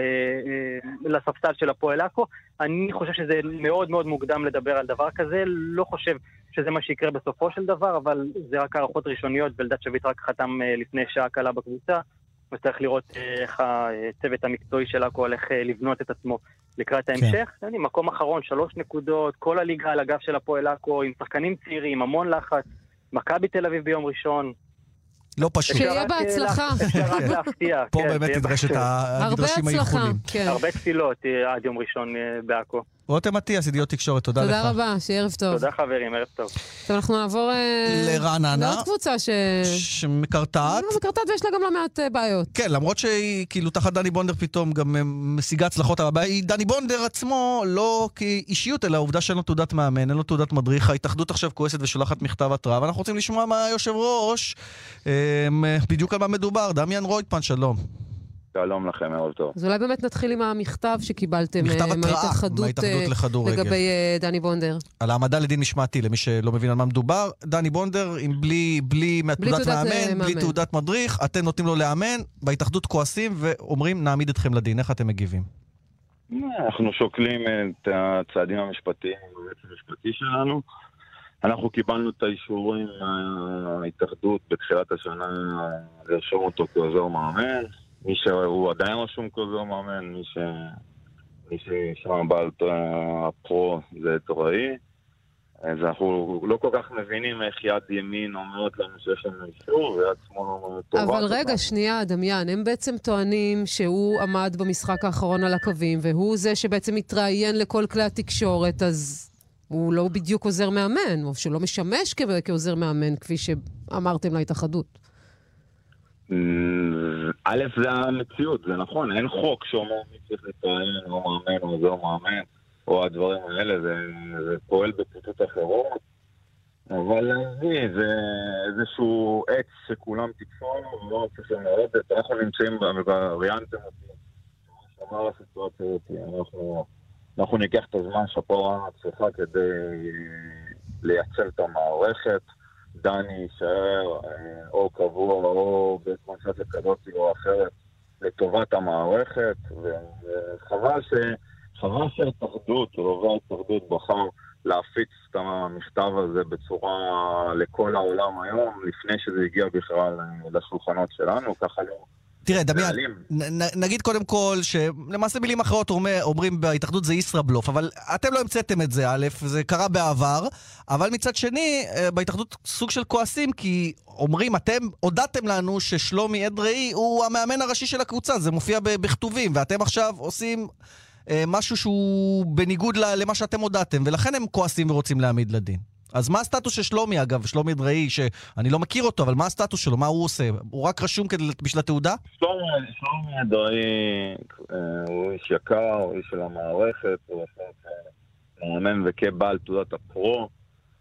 לספסל של הפועל עכו. אני חושב שזה מאוד מאוד מוקדם לדבר על דבר כזה, לא חושב שזה מה שיקרה בסופו של דבר, אבל זה רק הערכות ראשוניות, ואלדד שביט רק חתם לפני שעה קלה בקבוצה, וצריך לראות איך הצוות המקצועי של עכו הולך לבנות את עצמו לקראת ההמשך. אני מקום אחרון, שלוש נקודות, כל הליגה על הגב של הפועל עכו, עם שחקנים צעירים, המון לחץ, מכבי תל אביב ביום ראשון. לא פשוט. שיהיה בהצלחה. אפשר רק להפתיע. פה באמת נדרשת הנדרשים הייחולים. הרבה תפילות עד יום ראשון בעכו. רותם מטיאס, ידיעות תקשורת, תודה לך. תודה רבה, שיהיה ערב טוב. תודה חברים, ערב טוב. טוב, אנחנו נעבור לרעננה. לעוד קבוצה ש... שמקרטעת. מקרטעת ויש לה גם לא מעט בעיות. כן, למרות שהיא כאילו תחת דני בונדר פתאום גם משיגה הצלחות, אבל היא דני בונדר עצמו לא כאישיות, אלא העובדה שאין לו תעודת מאמן, אין לו תעודת מדריך. ההתאחדות עכשיו כועסת ושולחת מכתב התראה, ואנחנו רוצים לשמוע מהיושב ראש בדיוק על מה מדובר. דמיאן רויטמן, שלום. שלום לכם, מאוד טוב. אז אולי באמת נתחיל עם המכתב שקיבלתם מההתאחדות לגבי דני בונדר. על העמדה לדין משמעתי, למי שלא מבין על מה מדובר. דני בונדר, עם בלי, בלי תעודת מאמן, בלי תעודת מדריך, אתם נותנים לו לאמן, בהתאחדות כועסים ואומרים, נעמיד אתכם לדין. איך אתם מגיבים? אנחנו שוקלים את הצעדים המשפטיים בבית המשפטי שלנו. אנחנו קיבלנו את האישורים מההתאחדות בתחילת השנה לרשום אותו כעוזר מאמן. מי שהוא עדיין רשום כעוזר מאמן, מי ש... מי ששם בעל הפרו זה תוראי. אז אנחנו לא כל כך מבינים איך יד ימין אומרת לנו שיש לנו אישור, ויד שמאל אומרת טובה. אבל רגע, שנייה, דמיין, הם בעצם טוענים שהוא עמד במשחק האחרון על הקווים, והוא זה שבעצם מתראיין לכל כלי התקשורת, אז הוא לא בדיוק עוזר מאמן, או שלא משמש כעוזר מאמן, כפי שאמרתם להתאחדות. א', זה המציאות, זה נכון, אין חוק שאומר מי צריך להתראיין או מאמן או עוזר מאמן או הדברים האלה, זה, זה פועל בציטוט אחרות, אבל זה, זה איזשהו עץ שכולם תקפו לנו ולא צריכים לרדת. אנחנו נמצאים בריאנטם אותי, שאמר לסיטואציה אותי, אנחנו, אנחנו ניקח את הזמן שפה צריכה כדי לייצר את המערכת. דני יישאר או קבוע או בקונספציה כזאת או אחרת לטובת המערכת, וחבל ש... חבל שההתאחדות, רוב ההתאחדות בחר להפיץ את המכתב הזה בצורה לכל העולם היום, לפני שזה הגיע בכלל לשולחנות שלנו, ככה לא... תראה, דמיין, נ, נגיד קודם כל, שלמעשה מילים אחרות אומר, אומרים בהתאחדות זה ישראבלוף, אבל אתם לא המצאתם את זה, א', זה קרה בעבר, אבל מצד שני, בהתאחדות סוג של כועסים, כי אומרים, אתם הודעתם לנו ששלומי אדרעי הוא המאמן הראשי של הקבוצה, זה מופיע בכתובים, ואתם עכשיו עושים משהו שהוא בניגוד למה שאתם הודעתם, ולכן הם כועסים ורוצים להעמיד לדין. אז מה הסטטוס של שלומי, אגב, שלומי אדרעי, שאני לא מכיר אותו, אבל מה הסטטוס שלו, מה הוא עושה? הוא רק רשום בשביל התעודה? שלומי, שלומי אדרעי הוא איש יקר, הוא איש של המערכת, הוא עושה מאמן וכבעל תעודת הפרו,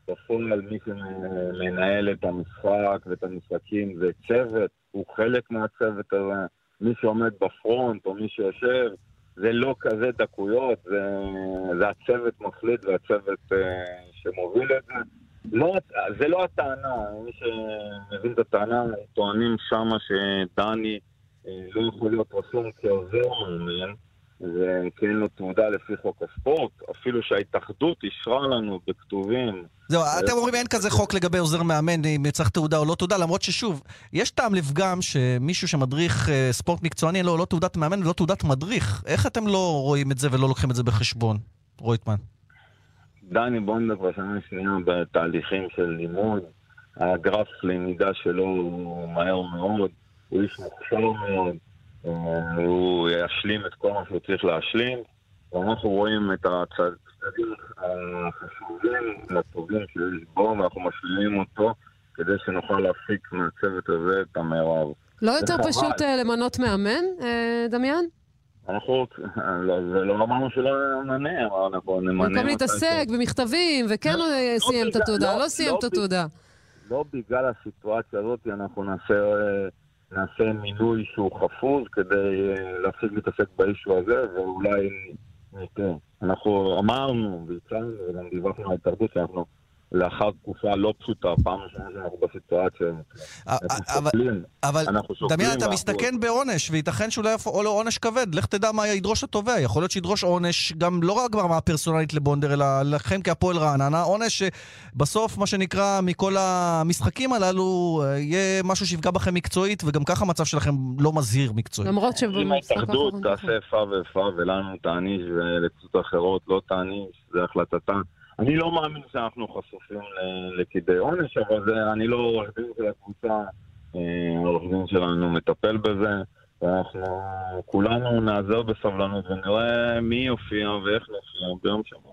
בפועל מי שמנהל את המשחק ואת המשחקים זה צוות, הוא חלק מהצוות הזה. מי שעומד בפרונט או מי שיושב, זה לא כזה דקויות, זה, זה הצוות מחליט והצוות uh, שמוביל את זה. לא, זה לא הטענה, מי שמבין את הטענה, טוענים שמה שדני uh, לא יכול להיות רשום כעוזר מאמן, וכן לו תעודה לפי חוק הספורט, אפילו שההתאחדות אישרה לנו בכתובים. זהו, אתם אומרים אין כזה חוק לגבי עוזר מאמן, אם צריך תעודה או לא תעודה, למרות ששוב, יש טעם לפגם שמישהו שמדריך ספורט מקצועני, לא, לא תעודת מאמן ולא תעודת מדריך. איך אתם לא רואים את זה ולא לוקחים את זה בחשבון, רויטמן? דני בונדה כבר שנה שנייה בתהליכים של לימוד, הגרף למידה שלו הוא מהר מאוד, הוא איש מוכשר מאוד, הוא ישלים את כל מה שהוא צריך להשלים, ואנחנו רואים את הצדדים החשובים לטובים שיש בו, ואנחנו משלימים אותו כדי שנוכל להפיק מהצוות הזה את המרב. לא יותר פשוט למנות מאמן, דמיין? אנחנו, זה לא אמרנו שלא נמנה, אנחנו נמנה... במקום להתעסק במכתבים, וכן סיים את התעודה, לא סיים את התעודה. לא בגלל הסיטואציה הזאת, אנחנו נעשה... נעשה מינוי שהוא חפוז כדי להפסיק להתעסק באישו הזה, ואולי ניתן. אנחנו אמרנו, והצענו, וגם דיברנו על ההתאחדות, שאנחנו לאחר תקופה לא פשוטה, פעם ראשונה שאנחנו בסיטואציה. אבל דמיין, אתה מסתכן בעונש, וייתכן שאולי יפעול לו עונש כבד. לך תדע מה ידרוש התובע. יכול להיות שידרוש עונש גם לא רק ברמה הפרסונלית לבונדר, אלא לכם כהפועל רעננה. עונש שבסוף, מה שנקרא, מכל המשחקים הללו, יהיה משהו שיפגע בכם מקצועית, וגם ככה המצב שלכם לא מזהיר מקצועית. למרות שבמשחק ההתאחדות תעשה איפה ואיפה, ולנו תעניש, ולקבוצות אחרות לא תעניש, זה החלטתה. אני לא מאמין שאנחנו חשופים לכדי עונש, אבל זה, אני לא עורך דין של הקבוצה, העורך דין שלנו מטפל בזה, ואנחנו כולנו נעזר בסבלנות ונראה מי יופיע ואיך נופיע ביום שבוע.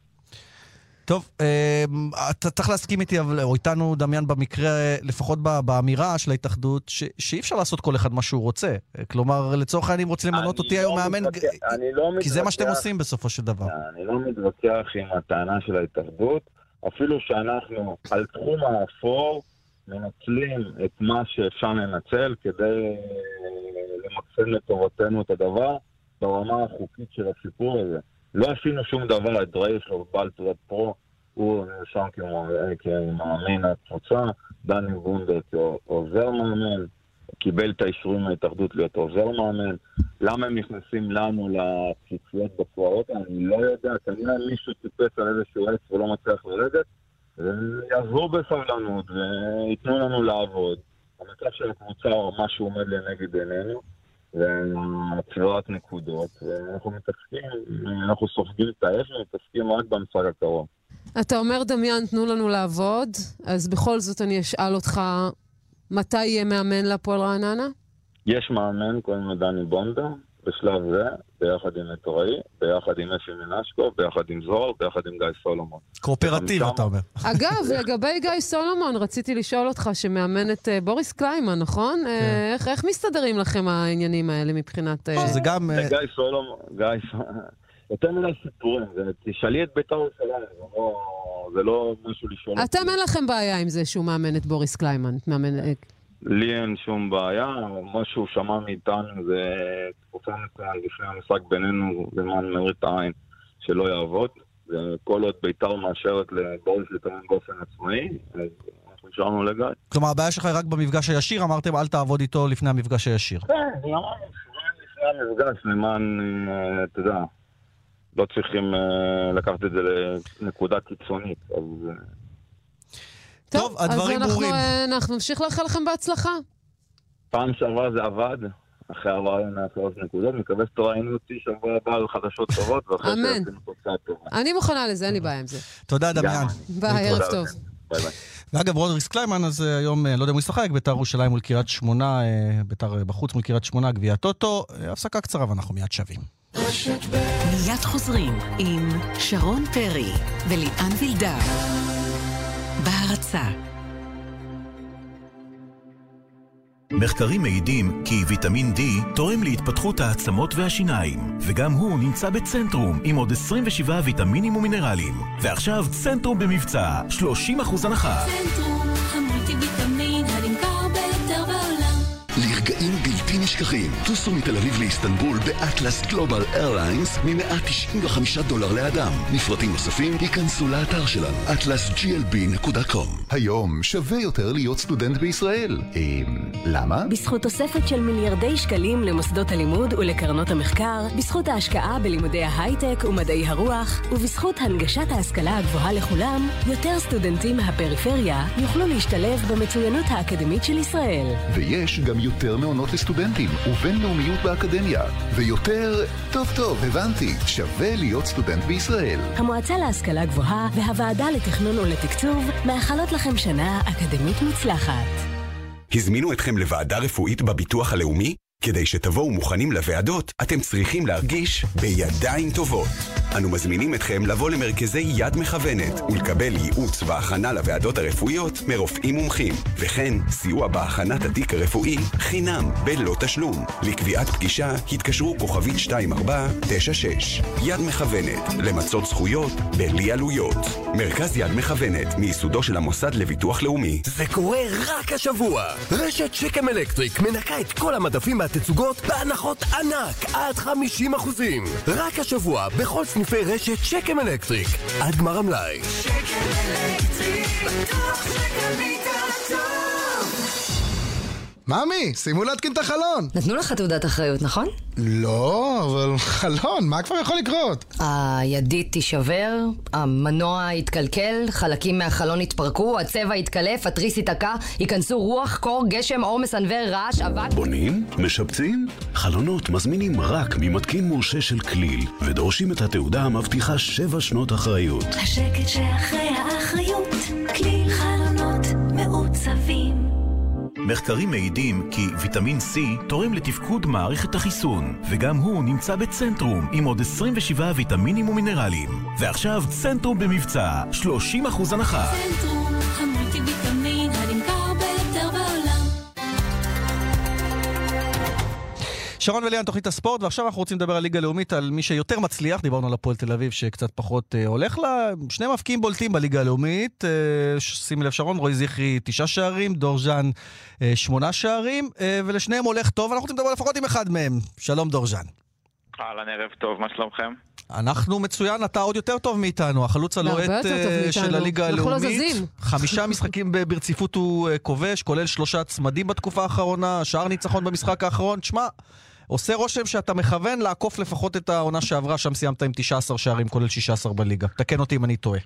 טוב, אתה צריך להסכים איתי, או איתנו דמיין במקרה, לפחות באמירה של ההתאחדות, שאי אפשר לעשות כל אחד מה שהוא רוצה. כלומר, לצורך העניין רוצים למנות אותי היום מאמן, כי זה מה שאתם עושים בסופו של דבר. אני לא מתווכח עם הטענה של ההתאחדות, אפילו שאנחנו על תחום האפור מנצלים את מה שאפשר לנצל כדי למקסם לטובתנו את הדבר ברמה החוקית של הסיפור הזה. לא עשינו שום דבר, את דרייש או בעל תעודת פרו, הוא נרשם כמאמן הקבוצה, דני בונדר כעוזר מאמן, קיבל את האישורים מההתאחדות להיות עוזר מאמן. למה הם נכנסים לנו לציציות בפועלות? אני לא יודע, כנראה מישהו טיפס על איזשהו עץ ולא מצליח לרדת, ויעזרו בסבלנות ויתנו לנו לעבוד. המצב של הקבוצה או משהו עומד לנגד עינינו, והצבירת נקודות, ואנחנו מתעסקים, אנחנו סופגים את האש ומתעסקים רק במשחק הקרוב. אתה אומר דמיין, תנו לנו לעבוד, אז בכל זאת אני אשאל אותך, מתי יהיה מאמן להפועל רעננה? יש מאמן, קוראים לו דני בונדה, בשלב זה, ביחד עם נטוראי, ביחד עם אפי מנשקו, ביחד עם זוהר, ביחד עם גיא סולומון. קואופרטיב, אתה אומר. אגב, לגבי גיא סולומון, רציתי לשאול אותך שמאמן את בוריס קליימן, נכון? איך מסתדרים לכם העניינים האלה מבחינת... שזה גם... גיא סולומון, גיא סולומון... יותר מיני סיפורים, תשאלי את בית"ר ירושלים, זה לא משהו לשאול. אתם אין לכם בעיה עם זה שהוא מאמן את בוריס קליימן, מאמן... לי אין שום בעיה, מה שהוא שמע מאיתנו זה תקופה מצוין לפני המשחק בינינו למען מראית העין שלא יעבוד, וכל עוד בית"ר מאשרת לבוריס לתאמן באופן עצמאי, אז אנחנו נשארנו לגיא. כלומר, הבעיה שלך היא רק במפגש הישיר, אמרתם אל תעבוד איתו לפני המפגש הישיר. כן, אני אמרנו לפני המפגש למען, אתה יודע, לא צריכים את זה לנקודה קיצונית, אז... טוב, הדברים ברורים. אז אנחנו נמשיך לאחל לכם בהצלחה. פעם שעברה זה עבד, אחרי עברה שלוש נקודות, מקווה שתראינו אותי שבוע הבא על חדשות טובות, ואחרי שעשינו תוצאה טובה. אני מוכנה לזה, אין לי בעיה עם זה. תודה, דמיין. ביי, ערב טוב. ביי ביי. ואגב, בוריס קליימן, אז היום, לא יודע אם הוא ישחק, בית"ר ירושלים מול קריית שמונה, בית"ר בחוץ מול קריית שמונה, גביע הטוטו, הפסקה קצרה ואנחנו מיד שווים. מיד חוזרים עם שרון פרי וליאן וילדאו. בהרצה. מחקרים מעידים כי ויטמין D תורם להתפתחות העצמות והשיניים, וגם הוא נמצא בצנטרום עם עוד עשרים ושבעה ויטמינים ומינרלים. ועכשיו צנטרום במבצע, שלושים אחוז הנחה. צנטרום, המולטי ויטמין הנמכר ביותר בעולם. לרגעים בלתי נשכחים, טוסו מתל אביב לאיסטנבול באטלס גלובל איירליינס מ-מאה תשעים וחמישה דולר לאדם. מפרטים נוספים ייכנסו לאתר שלנו, אטלס ג'י אל בי נקודה קום. היום שווה יותר להיות סטודנט בישראל. אה, למה? בזכות תוספת של מיליארדי שקלים למוסדות הלימוד ולקרנות המחקר, בזכות ההשקעה בלימודי ההייטק ומדעי הרוח, ובזכות הנגשת ההשכלה הגבוהה לכולם, יותר סטודנטים מהפריפריה יוכלו להשתלב במצוינות האקדמית של ישראל. ויש גם יותר מעונות לסטודנטים ובינלאומיות באקדמיה. ויותר, טוב טוב, הבנתי, שווה להיות סטודנט בישראל. המועצה להשכלה גבוהה והוועדה לתכנון ולתקצוב מאחלות לכם שנה אקדמית מוצלחת. הזמינו אתכם לוועדה רפואית בביטוח הלאומי? כדי שתבואו מוכנים לוועדות, אתם צריכים להרגיש בידיים טובות. אנו מזמינים אתכם לבוא למרכזי יד מכוונת ולקבל ייעוץ והכנה לוועדות הרפואיות מרופאים מומחים, וכן סיוע בהכנת התיק הרפואי חינם בלא תשלום. לקביעת פגישה התקשרו כוכבית שתיים ארבע תשע שש. יד מכוונת, למצות זכויות בלי עלויות. מרכז יד מכוונת, מייסודו של המוסד לביטוח לאומי. זה קורה רק השבוע. רשת שקם אלקטריק מנקה את כל המדפים והתצוגות בהנחות ענק עד חמישים אחוזים. רק השבוע בכל סניפי רשת שקם אלקטריק עד גמר המלאי. שקם אלקטריק, בטוח שקם איתה ממי, שימו להתקין את החלון. נתנו לך תעודת אחריות, נכון? לא, אבל חלון, מה כבר יכול לקרות? הידית תישבר, המנוע יתקלקל, חלקים מהחלון יתפרקו, הצבע יתקלף, התריס ייתקע, ייכנסו רוח, קור, גשם, עור מסנוור, רעש, אבק. בונים? משפצים? חלונות מזמינים רק ממתקין מורשה של כליל, ודורשים את התעודה המבטיחה שבע שנות אחריות. השקט שאחרי האחריות, כליל חלונות מעוצבים. מחקרים מעידים כי ויטמין C תורם לתפקוד מערכת החיסון, וגם הוא נמצא בצנטרום עם עוד עשרים ושבעה ויטמינים ומינרלים. ועכשיו צנטרום במבצע, שלושים אחוז הנחה. צנטרום, המולטי ויטמין הנמכר ביותר בעולם. שרון וליאן, תוכנית הספורט, ועכשיו אנחנו רוצים לדבר על ליגה לאומית, על מי שיותר מצליח. דיברנו על הפועל תל אביב שקצת פחות אה, הולך לה. שני מפקיעים בולטים בליגה הלאומית. אה, שימי לב שרון, רועי זכרי תשעה שערים, דורז'אן אה, שמונה שערים, אה, ולשניהם הולך טוב. אנחנו רוצים לדבר לפחות עם אחד מהם. שלום דורז'אן. אהלן, ערב טוב, מה שלומכם? אנחנו מצוין, אתה עוד יותר טוב מאיתנו. החלוץ הלוהט uh, של הליגה הלאומית. חמישה משחקים ברציפות הוא uh, כובש, כולל שלושה צמדים בתקופה האחרונה, שער ניצחון במשחק האחרון. תשמע, עושה רושם שאתה מכוון לעקוף לפחות את העונה שעברה, שם סיימת עם תשעה עשר שערים, כולל שישה עשר בליגה. תקן אותי אם אני טועה.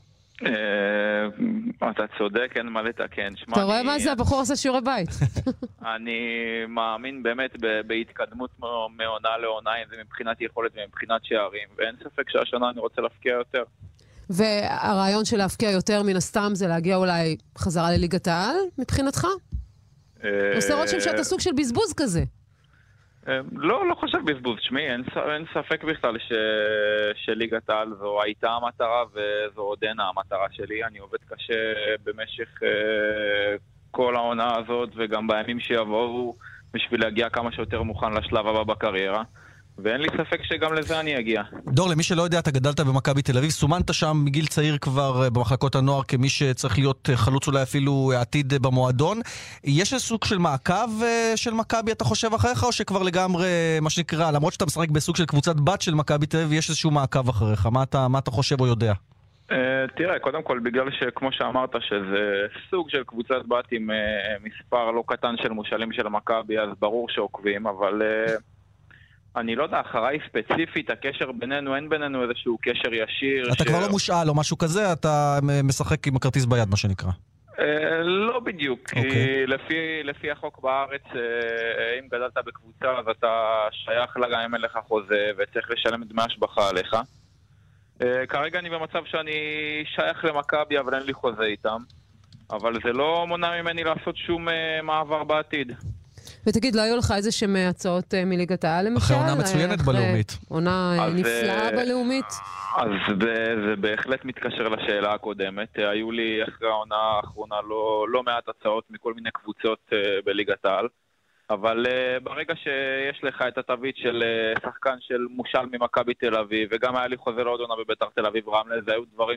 אתה צודק, אין מה לתקן. אתה רואה מה זה? הבחור עושה שיעורי בית. אני מאמין באמת בהתקדמות מעונה לעונה, אם זה מבחינת יכולת ומבחינת שערים, ואין ספק שהשנה אני רוצה להפקיע יותר. והרעיון של להפקיע יותר מן הסתם זה להגיע אולי חזרה לליגת העל מבחינתך? עושה רושם שאתה סוג של בזבוז כזה. לא, לא חושב בזבוז. שמי, אין, אין ספק בכלל ש, שליגת העל זו הייתה המטרה וזו עודנה המטרה שלי. אני עובד קשה במשך uh, כל העונה הזאת וגם בימים שיבואו בשביל להגיע כמה שיותר מוכן לשלב הבא בקריירה. ואין לי ספק שגם לזה אני אגיע. דור, למי שלא יודע, אתה גדלת במכבי תל אביב, סומנת שם מגיל צעיר כבר במחלקות הנוער כמי שצריך להיות חלוץ אולי אפילו עתיד במועדון. יש איזה סוג של מעקב של מכבי, אתה חושב אחריך, או שכבר לגמרי, מה שנקרא, למרות שאתה משחק בסוג של קבוצת בת של מכבי תל אביב, יש איזשהו מעקב אחריך? מה אתה, מה אתה חושב או יודע? Uh, תראה, קודם כל, בגלל שכמו שאמרת שזה סוג של קבוצת בת עם uh, מספר לא קטן של מושאלים של מכבי, אז ברור שעוקבים, אבל... Uh, אני לא יודע, אחריי ספציפית, הקשר בינינו, אין בינינו איזשהו קשר ישיר. אתה ש... כבר לא מושאל או משהו כזה, אתה משחק עם הכרטיס ביד, מה שנקרא. אה, לא בדיוק, okay. כי לפי, לפי החוק בארץ, אה, אם גדלת בקבוצה, אז אתה שייך לה גם אם אין לך חוזה, וצריך לשלם דמי השבחה עליך. אה, כרגע אני במצב שאני שייך למכבי, אבל אין לי חוזה איתם. אבל זה לא מונע ממני לעשות שום אה, מעבר בעתיד. ותגיד, לא היו לך איזה שהם הצעות מליגת העל למשל? אחרי עונה מצוינת בלאומית. עונה נפלאה בלאומית? אז זה בהחלט מתקשר לשאלה הקודמת. היו לי אחרי העונה האחרונה לא מעט הצעות מכל מיני קבוצות בליגת העל. אבל uh, ברגע שיש לך את התווית של uh, שחקן של מושל ממכבי תל אביב, וגם היה לי חוזה לעוד עונה בביתר תל אביב רמלה, זה היו דברים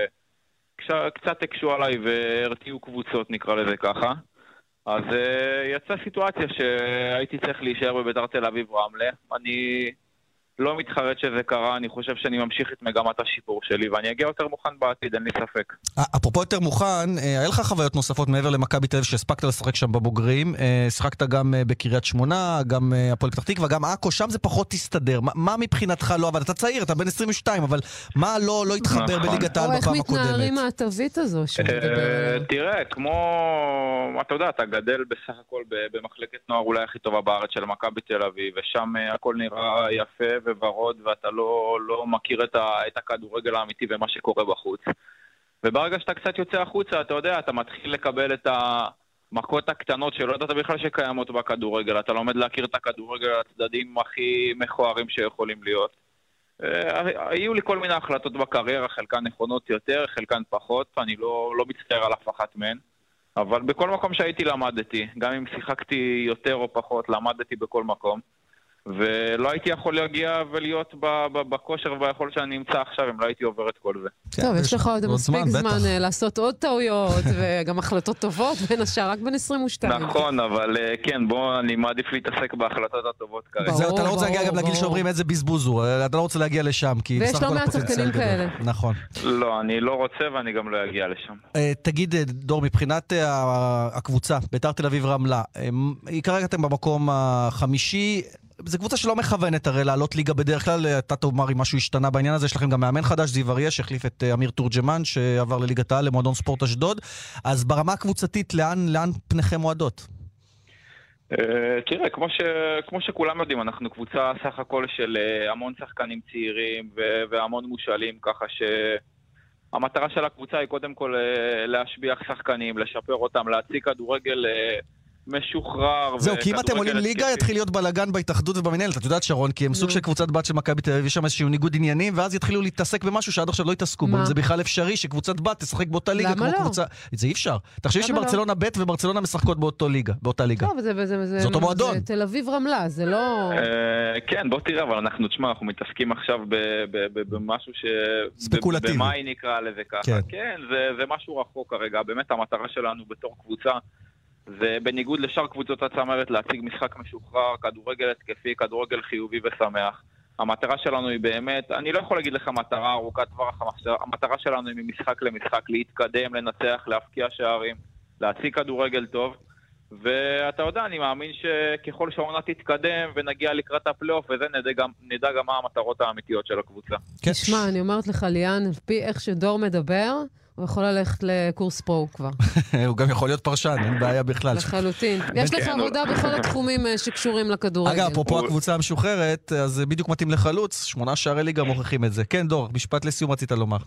שקצת הקשו עליי והרתיעו קבוצות, נקרא לזה ככה. אז uh, יצאה סיטואציה שהייתי צריך להישאר בביתר תל אביב רמלה. אני לא מתחרט שזה קרה, אני חושב שאני ממשיך את מגמת השיפור שלי, ואני אגיע יותר מוכן בעתיד, אין לי ספק. אפרופו יותר מוכן, היה לך חוויות נוספות מעבר למכבי תל אביב שהספקת לשחק שם בבוגרים, שחקת גם בקריית שמונה, גם הפועל פתח תקווה, גם עכו, שם זה פחות תסתדר. מה מבחינתך לא עבד? אתה צעיר, אתה בן עשרים ושתיים, אבל מה לא התחבר בליגת העל בפעם הקודמת? או איך מתנערים מהתווית הזו שמדבר? תראה, כמו, אתה יודע, אתה גדל בסך הכל במחלקת נוער אולי הכי טובה בארץ של מכבי תל אביב, ושם הכל נראה יפה וורוד, ואתה לא, לא מכיר את, ה, את הכדורגל האמיתי ומה שקורה בחוץ. וברגע שאתה קצת יוצא החוצה, אתה יודע, אתה מתחיל לקבל את המכות הקטנות שלא ידעת בכלל שקיימות בכדורגל. אתה לומד להכיר את הכדורגל על הצדדים הכי מכוערים שיכולים להיות. היו לי כל מיני החלטות בקריירה, חלקן נכונות יותר, חלקן פחות, אני לא, לא מצטער על אף אחת מהן. אבל בכל מקום שהייתי למדתי, גם אם שיחקתי יותר או פחות, למדתי בכל מקום. ולא הייתי יכול להגיע ולהיות בכושר וביכול שאני נמצא עכשיו, אם לא הייתי עובר את כל זה. טוב, יש לך עוד מספיק זמן לעשות עוד טעויות, וגם החלטות טובות, בין השאר רק בין עשרים ושתיים. נכון, אבל כן, בוא, אני מעדיף להתעסק בהחלטות הטובות כרגע. זהו, אתה לא רוצה להגיע גם לגיל שאומרים איזה בזבוז הוא, אתה לא רוצה להגיע לשם, כי ויש לא מעט שחקנים כאלה. נכון. לא, אני לא רוצה ואני גם לא אגיע לשם. תגיד, דור, מבחינת הקבוצה, ביתר תל אביב רמלה, כרגע אתם במקום החמישי, זו קבוצה שלא מכוונת הרי לעלות ליגה בדרך כלל, אתה תאמר אם משהו השתנה בעניין הזה, יש לכם גם מאמן חדש, זיו אריה, שהחליף את אמיר תורג'מן, שעבר לליגת העל למועדון ספורט אשדוד, אז ברמה הקבוצתית, לאן, לאן פניכם מועדות? תראה, כמו, ש, כמו שכולם יודעים, אנחנו קבוצה סך הכל של המון שחקנים צעירים והמון מושאלים, ככה שהמטרה של הקבוצה היא קודם כל להשביח שחקנים, לשפר אותם, להציג כדורגל משוחרר. זהו, כי אם אתם עולים ליגה, יתחיל להיות בלגן בהתאחדות ובמנהלת. את יודעת, שרון, כי הם סוג של קבוצת בת של מכבי תל אביב, יש שם איזשהו ניגוד עניינים, ואז יתחילו להתעסק במשהו שעד עכשיו לא יתעסקו בו. זה בכלל אפשרי שקבוצת בת תשחק באותה ליגה כמו קבוצה. זה אי אפשר. תחשבי שברצלונה ב' וברצלונה משחקות באותה ליגה, באותה ליגה. זה אותו מועדון. זה תל אביב רמלה, זה לא... כן, בוא תראה, אבל אנחנו, תשמע, אנחנו מתעסקים עכשיו במשהו ש... ספקולטיבי. במאי נקרא לזה ככה. כן, זה משהו רחוק כרגע. באמת המטרה שלנו בתור קבוצה זה בניגוד לשאר קבוצות הצמרת להציג משחק משוחרר, כדורגל התקפי, כדורגל חיובי ושמח. המטרה שלנו היא באמת, אני לא יכול להגיד לך מטרה ארוכת טווח, המטרה שלנו היא ממשחק למשחק, להתקדם, לנצח, להפקיע שערים, להציג כדורגל טוב. ואתה יודע, אני מאמין שככל שהעונה תתקדם ונגיע לקראת הפלייאוף, וזה נדע גם, נדע גם מה המטרות האמיתיות של הקבוצה. תשמע, אני אומרת לך, ליאן, לפי איך שדור מדבר, הוא יכול ללכת לקורס פרו כבר. הוא גם יכול להיות פרשן, אין בעיה בכלל. לחלוטין. יש לך עבודה בכל התחומים שקשורים לכדורגל. אגב, אפרופו הקבוצה המשוחררת, אז בדיוק מתאים לחלוץ, שמונה שערי ליגה מוכיחים את זה. כן, דור, משפט לסיום רצית לומר.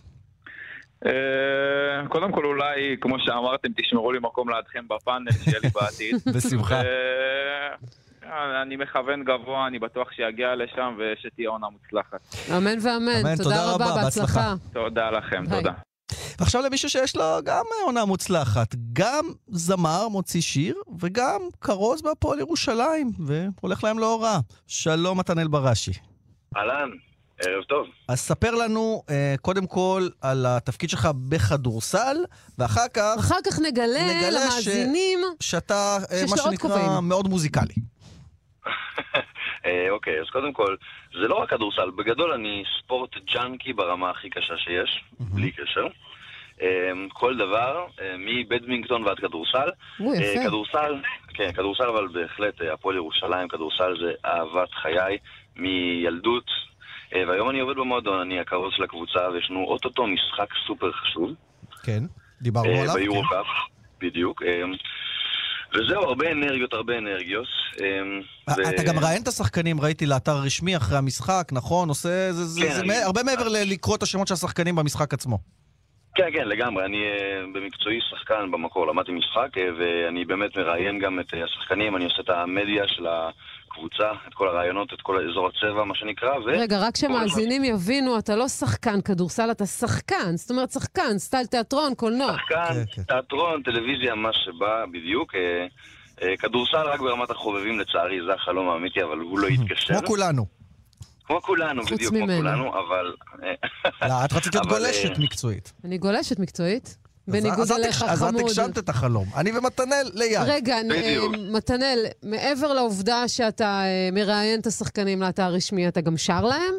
קודם כל אולי, כמו שאמרתם, תשמרו לי מקום לידכם בפאנל, שיהיה לי בעתיד. בשמחה. אני מכוון גבוה, אני בטוח שיגיע לשם ושתהיה עונה מוצלחת. אמן ואמן, תודה רבה, בהצלחה. תודה לכם, תודה. ועכשיו למישהו שיש לו גם עונה מוצלחת, גם זמר מוציא שיר, וגם כרוז בהפועל ירושלים, והולך להם לא רע. שלום מתנאל בראשי. אהלן, ערב טוב. אז ספר לנו קודם כל על התפקיד שלך בכדורסל, ואחר כך... אחר כך נגלה, נגלה למאזינים ש... שאתה מה שנקרא מאוד מוזיקלי. אוקיי, אז קודם כל, זה לא רק כדורסל, בגדול אני ספורט ג'אנקי ברמה הכי קשה שיש, בלי קשר. כל דבר, מבדמינגטון ועד כדורסל. כדורסל, כן, כדורסל אבל בהחלט, הפועל ירושלים, כדורסל זה אהבת חיי מילדות, והיום אני עובד במועדון, אני הכרוז של הקבוצה, ויש לנו אוטוטו משחק סופר חשוב. כן, דיברנו עליו. ביורוקאפ, בדיוק. וזהו, הרבה אנרגיות, הרבה אנרגיות. אתה גם ראיין את השחקנים, ראיתי לאתר רשמי אחרי המשחק, נכון? עושה, זה הרבה מעבר לקרוא את השמות של השחקנים במשחק עצמו. כן, כן, לגמרי. אני במקצועי שחקן במקור, למדתי משחק, ואני באמת מראיין גם את השחקנים, אני עושה את המדיה של הקבוצה, את כל הרעיונות, את כל אזור הצבע, מה שנקרא, ו... רגע, רק שמאזינים יבינו, אתה לא שחקן כדורסל, אתה שחקן, זאת אומרת שחקן, סטייל תיאטרון, קולנוע. שחקן, תיאטרון, טלוויזיה, מה שבא בדיוק. כדורסל רק ברמת החובבים, לצערי, זה החלום האמיתי, אבל הוא לא יתקשר. כמו כולנו. כמו כולנו, בדיוק כמו כולנו, אבל... לא, את רצית להיות גולשת מקצועית. אני גולשת מקצועית. בניגוד אליך חמוד. אז את הגשמת את החלום. אני ומתנאל ליד. רגע, מתנאל, מעבר לעובדה שאתה מראיין את השחקנים לאתר רשמי, אתה גם שר להם?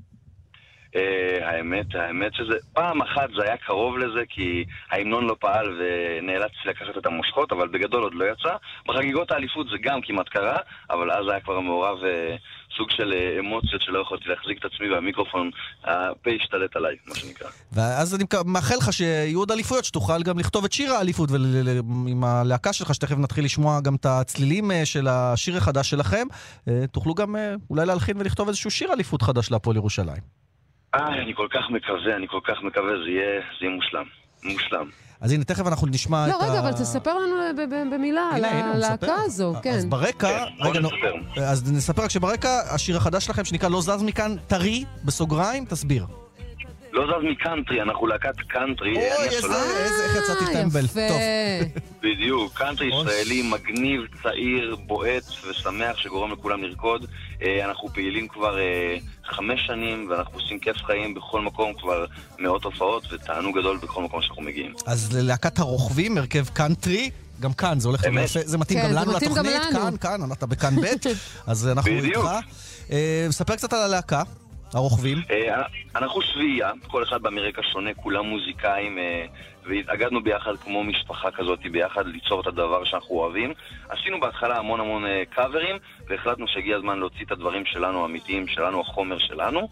האמת, האמת שזה... פעם אחת זה היה קרוב לזה, כי ההמנון לא פעל ונאלצתי לקחת את המושכות, אבל בגדול עוד לא יצא. בחגיגות האליפות זה גם כמעט קרה, אבל אז היה כבר מעורב סוג של אמוציות שלא יכולתי להחזיק את עצמי, והמיקרופון, הפה השתלט עליי, מה שנקרא. ואז אני מאחל לך שיהיו עוד אליפויות, שתוכל גם לכתוב את שיר האליפות, ועם הלהקה שלך, שתכף נתחיל לשמוע גם את הצלילים של השיר החדש שלכם, תוכלו גם אולי להלחין ולכתוב איזשהו שיר אליפות חדש להפועל ירושלים. אה, אני כל כך מקווה, אני כל כך מקווה, זה יהיה, זה יהיה מושלם, מושלם. אז הנה, תכף אנחנו נשמע את ה... לא, רגע, אבל תספר לנו במילה על הלהקה הזו, כן. אז ברקע, רגע, אז נספר רק שברקע, השיר החדש שלכם שנקרא לא זז מכאן, טרי, בסוגריים, תסביר. לא זז מקאנטרי, אנחנו להקת קאנטרי. אוי, איזה, איך יצאתי טמבל. יפה. בדיוק, קאנטרי ישראלי, מגניב, צעיר, בועט ושמח שגורם לכולם לרקוד. אנחנו פעילים כבר חמש שנים, ואנחנו עושים כיף חיים בכל מקום, כבר מאות הופעות, ותענוג גדול בכל מקום שאנחנו מגיעים. אז ללהקת הרוכבים, הרכב קאנטרי, גם כאן, זה הולך למעשה, זה מתאים גם לנו לתוכנית, כאן, כאן, אתה בכאן ב', אז אנחנו איתך. ספר קצת על הלהקה. הרוכבים? אנחנו שביעייה, כל אחד במרקע שונה, כולם מוזיקאים, והתאגדנו ביחד כמו משפחה כזאת, ביחד ליצור את הדבר שאנחנו אוהבים. עשינו בהתחלה המון המון קאברים, והחלטנו שהגיע הזמן להוציא את הדברים שלנו, האמיתיים שלנו, החומר שלנו,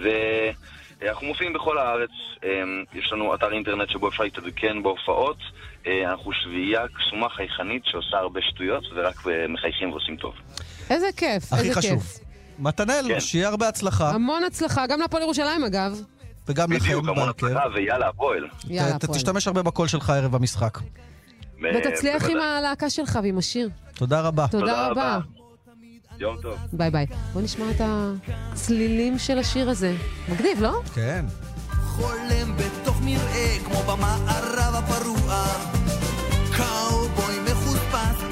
ואנחנו מופיעים בכל הארץ. יש לנו אתר אינטרנט שבו אפשר להתעדכן בהופעות. אנחנו שביעייה קסומה חייכנית שעושה הרבה שטויות, ורק מחייכים ועושים טוב. איזה כיף, איזה כיף. הכי חשוב. מתנאל, כן. שיהיה הרבה הצלחה. המון הצלחה, גם להפועל ירושלים אגב. וגם לכם. בדיוק, המון הצלחה, ויאללה הפועל. תשתמש הרבה בקול שלך ערב במשחק. ותצליח עם הלהקה שלך ועם השיר. תודה רבה. תודה רבה. יום טוב. ביי ביי. בוא נשמע את הצלילים של השיר הזה. מגניב, לא? כן. חולם בתוך מראה כמו במערב הפרוע, קאובוי מחוספס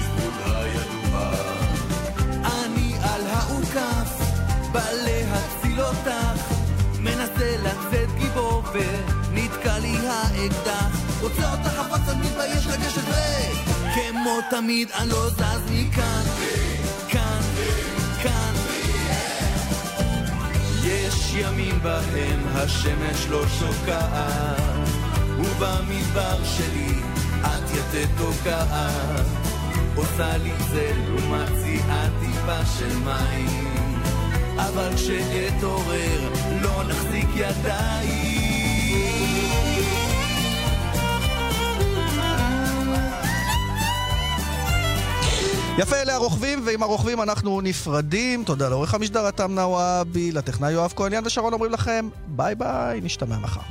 בא להציל אותך, מנסה לצאת גיבור ונתקע לי האקדח, רוצה אותך חפץ אני מתבייש לגשת ו כמו תמיד אני לא זז מכאן, כאן, כאן. יש ימים בהם השמש לא שוקעת, ובמדבר שלי את יתת תוקעת, עושה לי צל ומציעה טיפה של מים, אבל כשאתעורר לא נחזיק ידיים. יפה, אלה הרוכבים, ועם הרוכבים אנחנו נפרדים. תודה לעורך המשדר אתם נוואבי, לטכנאי יואב כהן ושרון אומרים לכם ביי ביי, נשתמע מחר.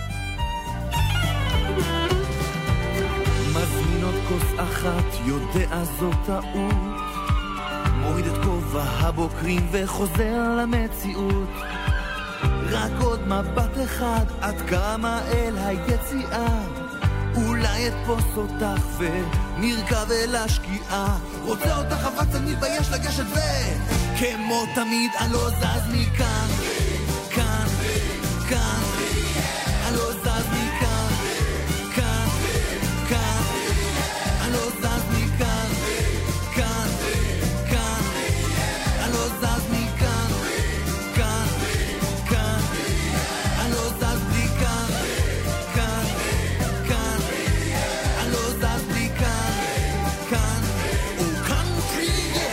מזמין עוד כוס אחת, יודע זאת טעות, מוריד את כובע הבוקרים וחוזר למציאות, רק עוד מבט אחד עד כמה אל היציאה, אולי אתפוס אותך ונרכב אל השקיעה, רוצה אותך חפץ אני מתבייש לגשת ו כמו תמיד אני לא זז מכאן, כאן, כאן, אני לא זז מכאן, כאן, כאן, אני לא זז מכאן, כאן, כאן, אני לא זז מכאן, כאן, כאן, אני לא זז בלי כאן, כאן, כאן, אני לא זז בלי כאן, כאן, וכאן תהיה.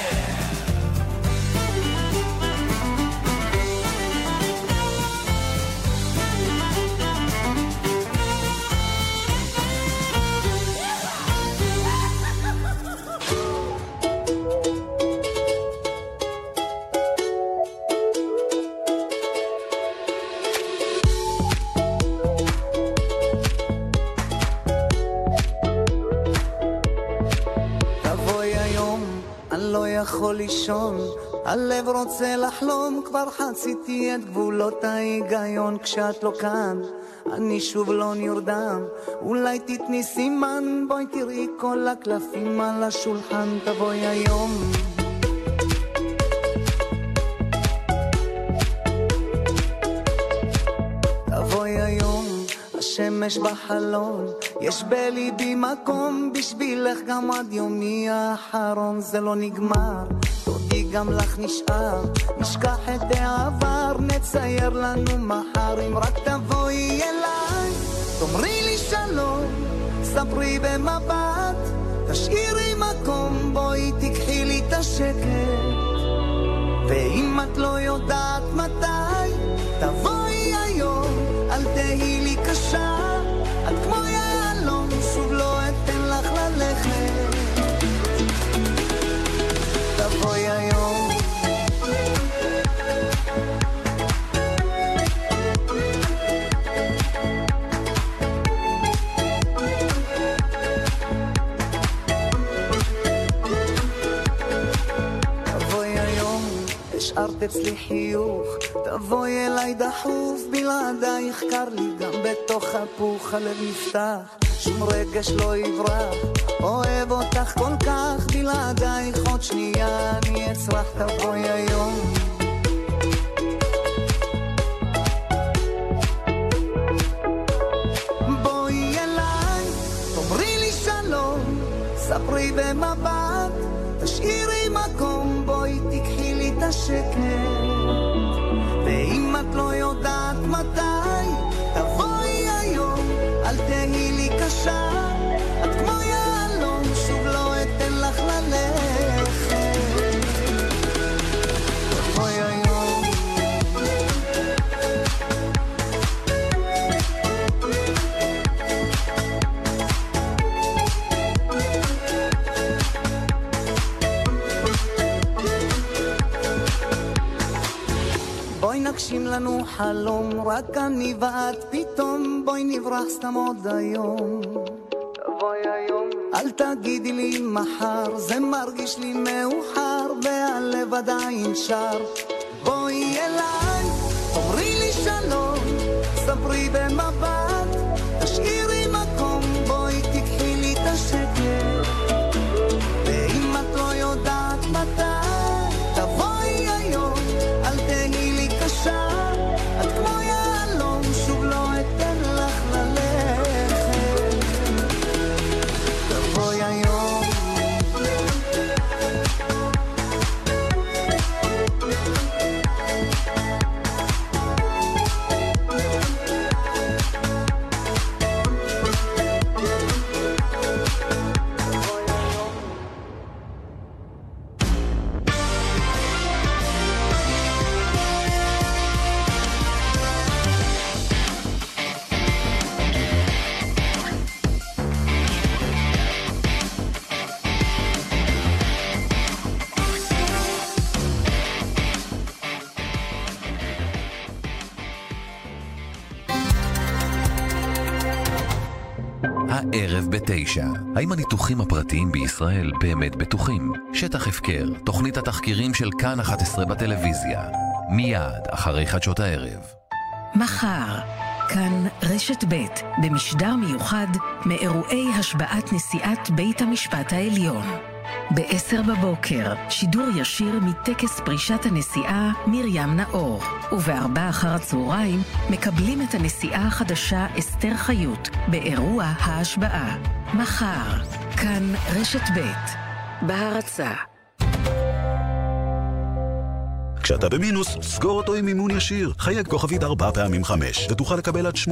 תבואי היום, אני לא יכול לישון, הלב רוצה לחלום, כבר חציתי את גבולות ההיגיון. כשאת לא כאן, אני שוב לא נרדם, אולי תתני סימן, בואי תראי כל הקלפים על השולחן. תבואי היום, תבואי היום, השמש בחלון, יש בליבי מקום בשבילך גם עד יומי האחרון. זה לא נגמר, תודי גם לך נשאר, נשכח את העבר, נצייר לנו מחר. אם רק תבואי אליי, תאמרי לי שלום, ספרי במבט, תשאירי מקום, בואי תקחי לי את השקט. ואם את לא יודעת מתי, תבואי היום, אל תהי לי קשה, את כמו יעלום, שוב לא אתן לך ללכת. תבואי היום, תבואי היום, השארת אצלי חיוך, תבואי אליי דחוף, בלעדייך קר לי גם בתוך הפוך. הלב נפתח, שום רגש לא יברח, אוהב אותך כל כך, בלעדייך עוד שנייה אני אצרח. תבואי היום, בואי אליי, תאמרי לי שלום, ספרי במבט, תשאירי מקום, בואי תקחי לי את השקט. ואם את לא יודעת מתי, תבואי היום, אל תהי לי קשה, את כמו יעלום, שוב לא אתן לך ללכת. תבואי היום, בואי נגשים לנו חלום, רק אני ואת פתאום, בואי נברח סתם עוד היום. תבואי היום, אל תגידי לי מחר, זה מרגיש לי מאוחר, והלב עדיין שר. בואי אליי, תאמרי לי שלום, ספרי במבט, תשאירי מקום, בואי תקחי לי את השקט. ואם את לא יודעת מתי, תבואי היום, אל תהי לי קשה, את כמו יעלום, שוב לא אתן לך ללכת. תבואי היום, הערב בתשע. האם הניתוחים הפרטיים בישראל באמת בטוחים? שטח הפקר, תוכנית התחקירים של כאן אחת עשרה בטלוויזיה. מיד אחרי חדשות הערב. מחר, כאן רשת ב' במשדר מיוחד מאירועי השבעת נשיאת בית המשפט העליון. בעשר בבוקר, שידור ישיר מטקס פרישת הנשיאה מרים נאור. ובארבע אחר הצהריים, מקבלים את הנשיאה החדשה אסתר חיות באירוע ההשבעה. מחר, כאן רשת ב' בהרצה. כשאתה במינוס, סגור אותו עם מימון ישיר. חייג כוכבית ארבע פעמים חמש, ותוכל לקבל עד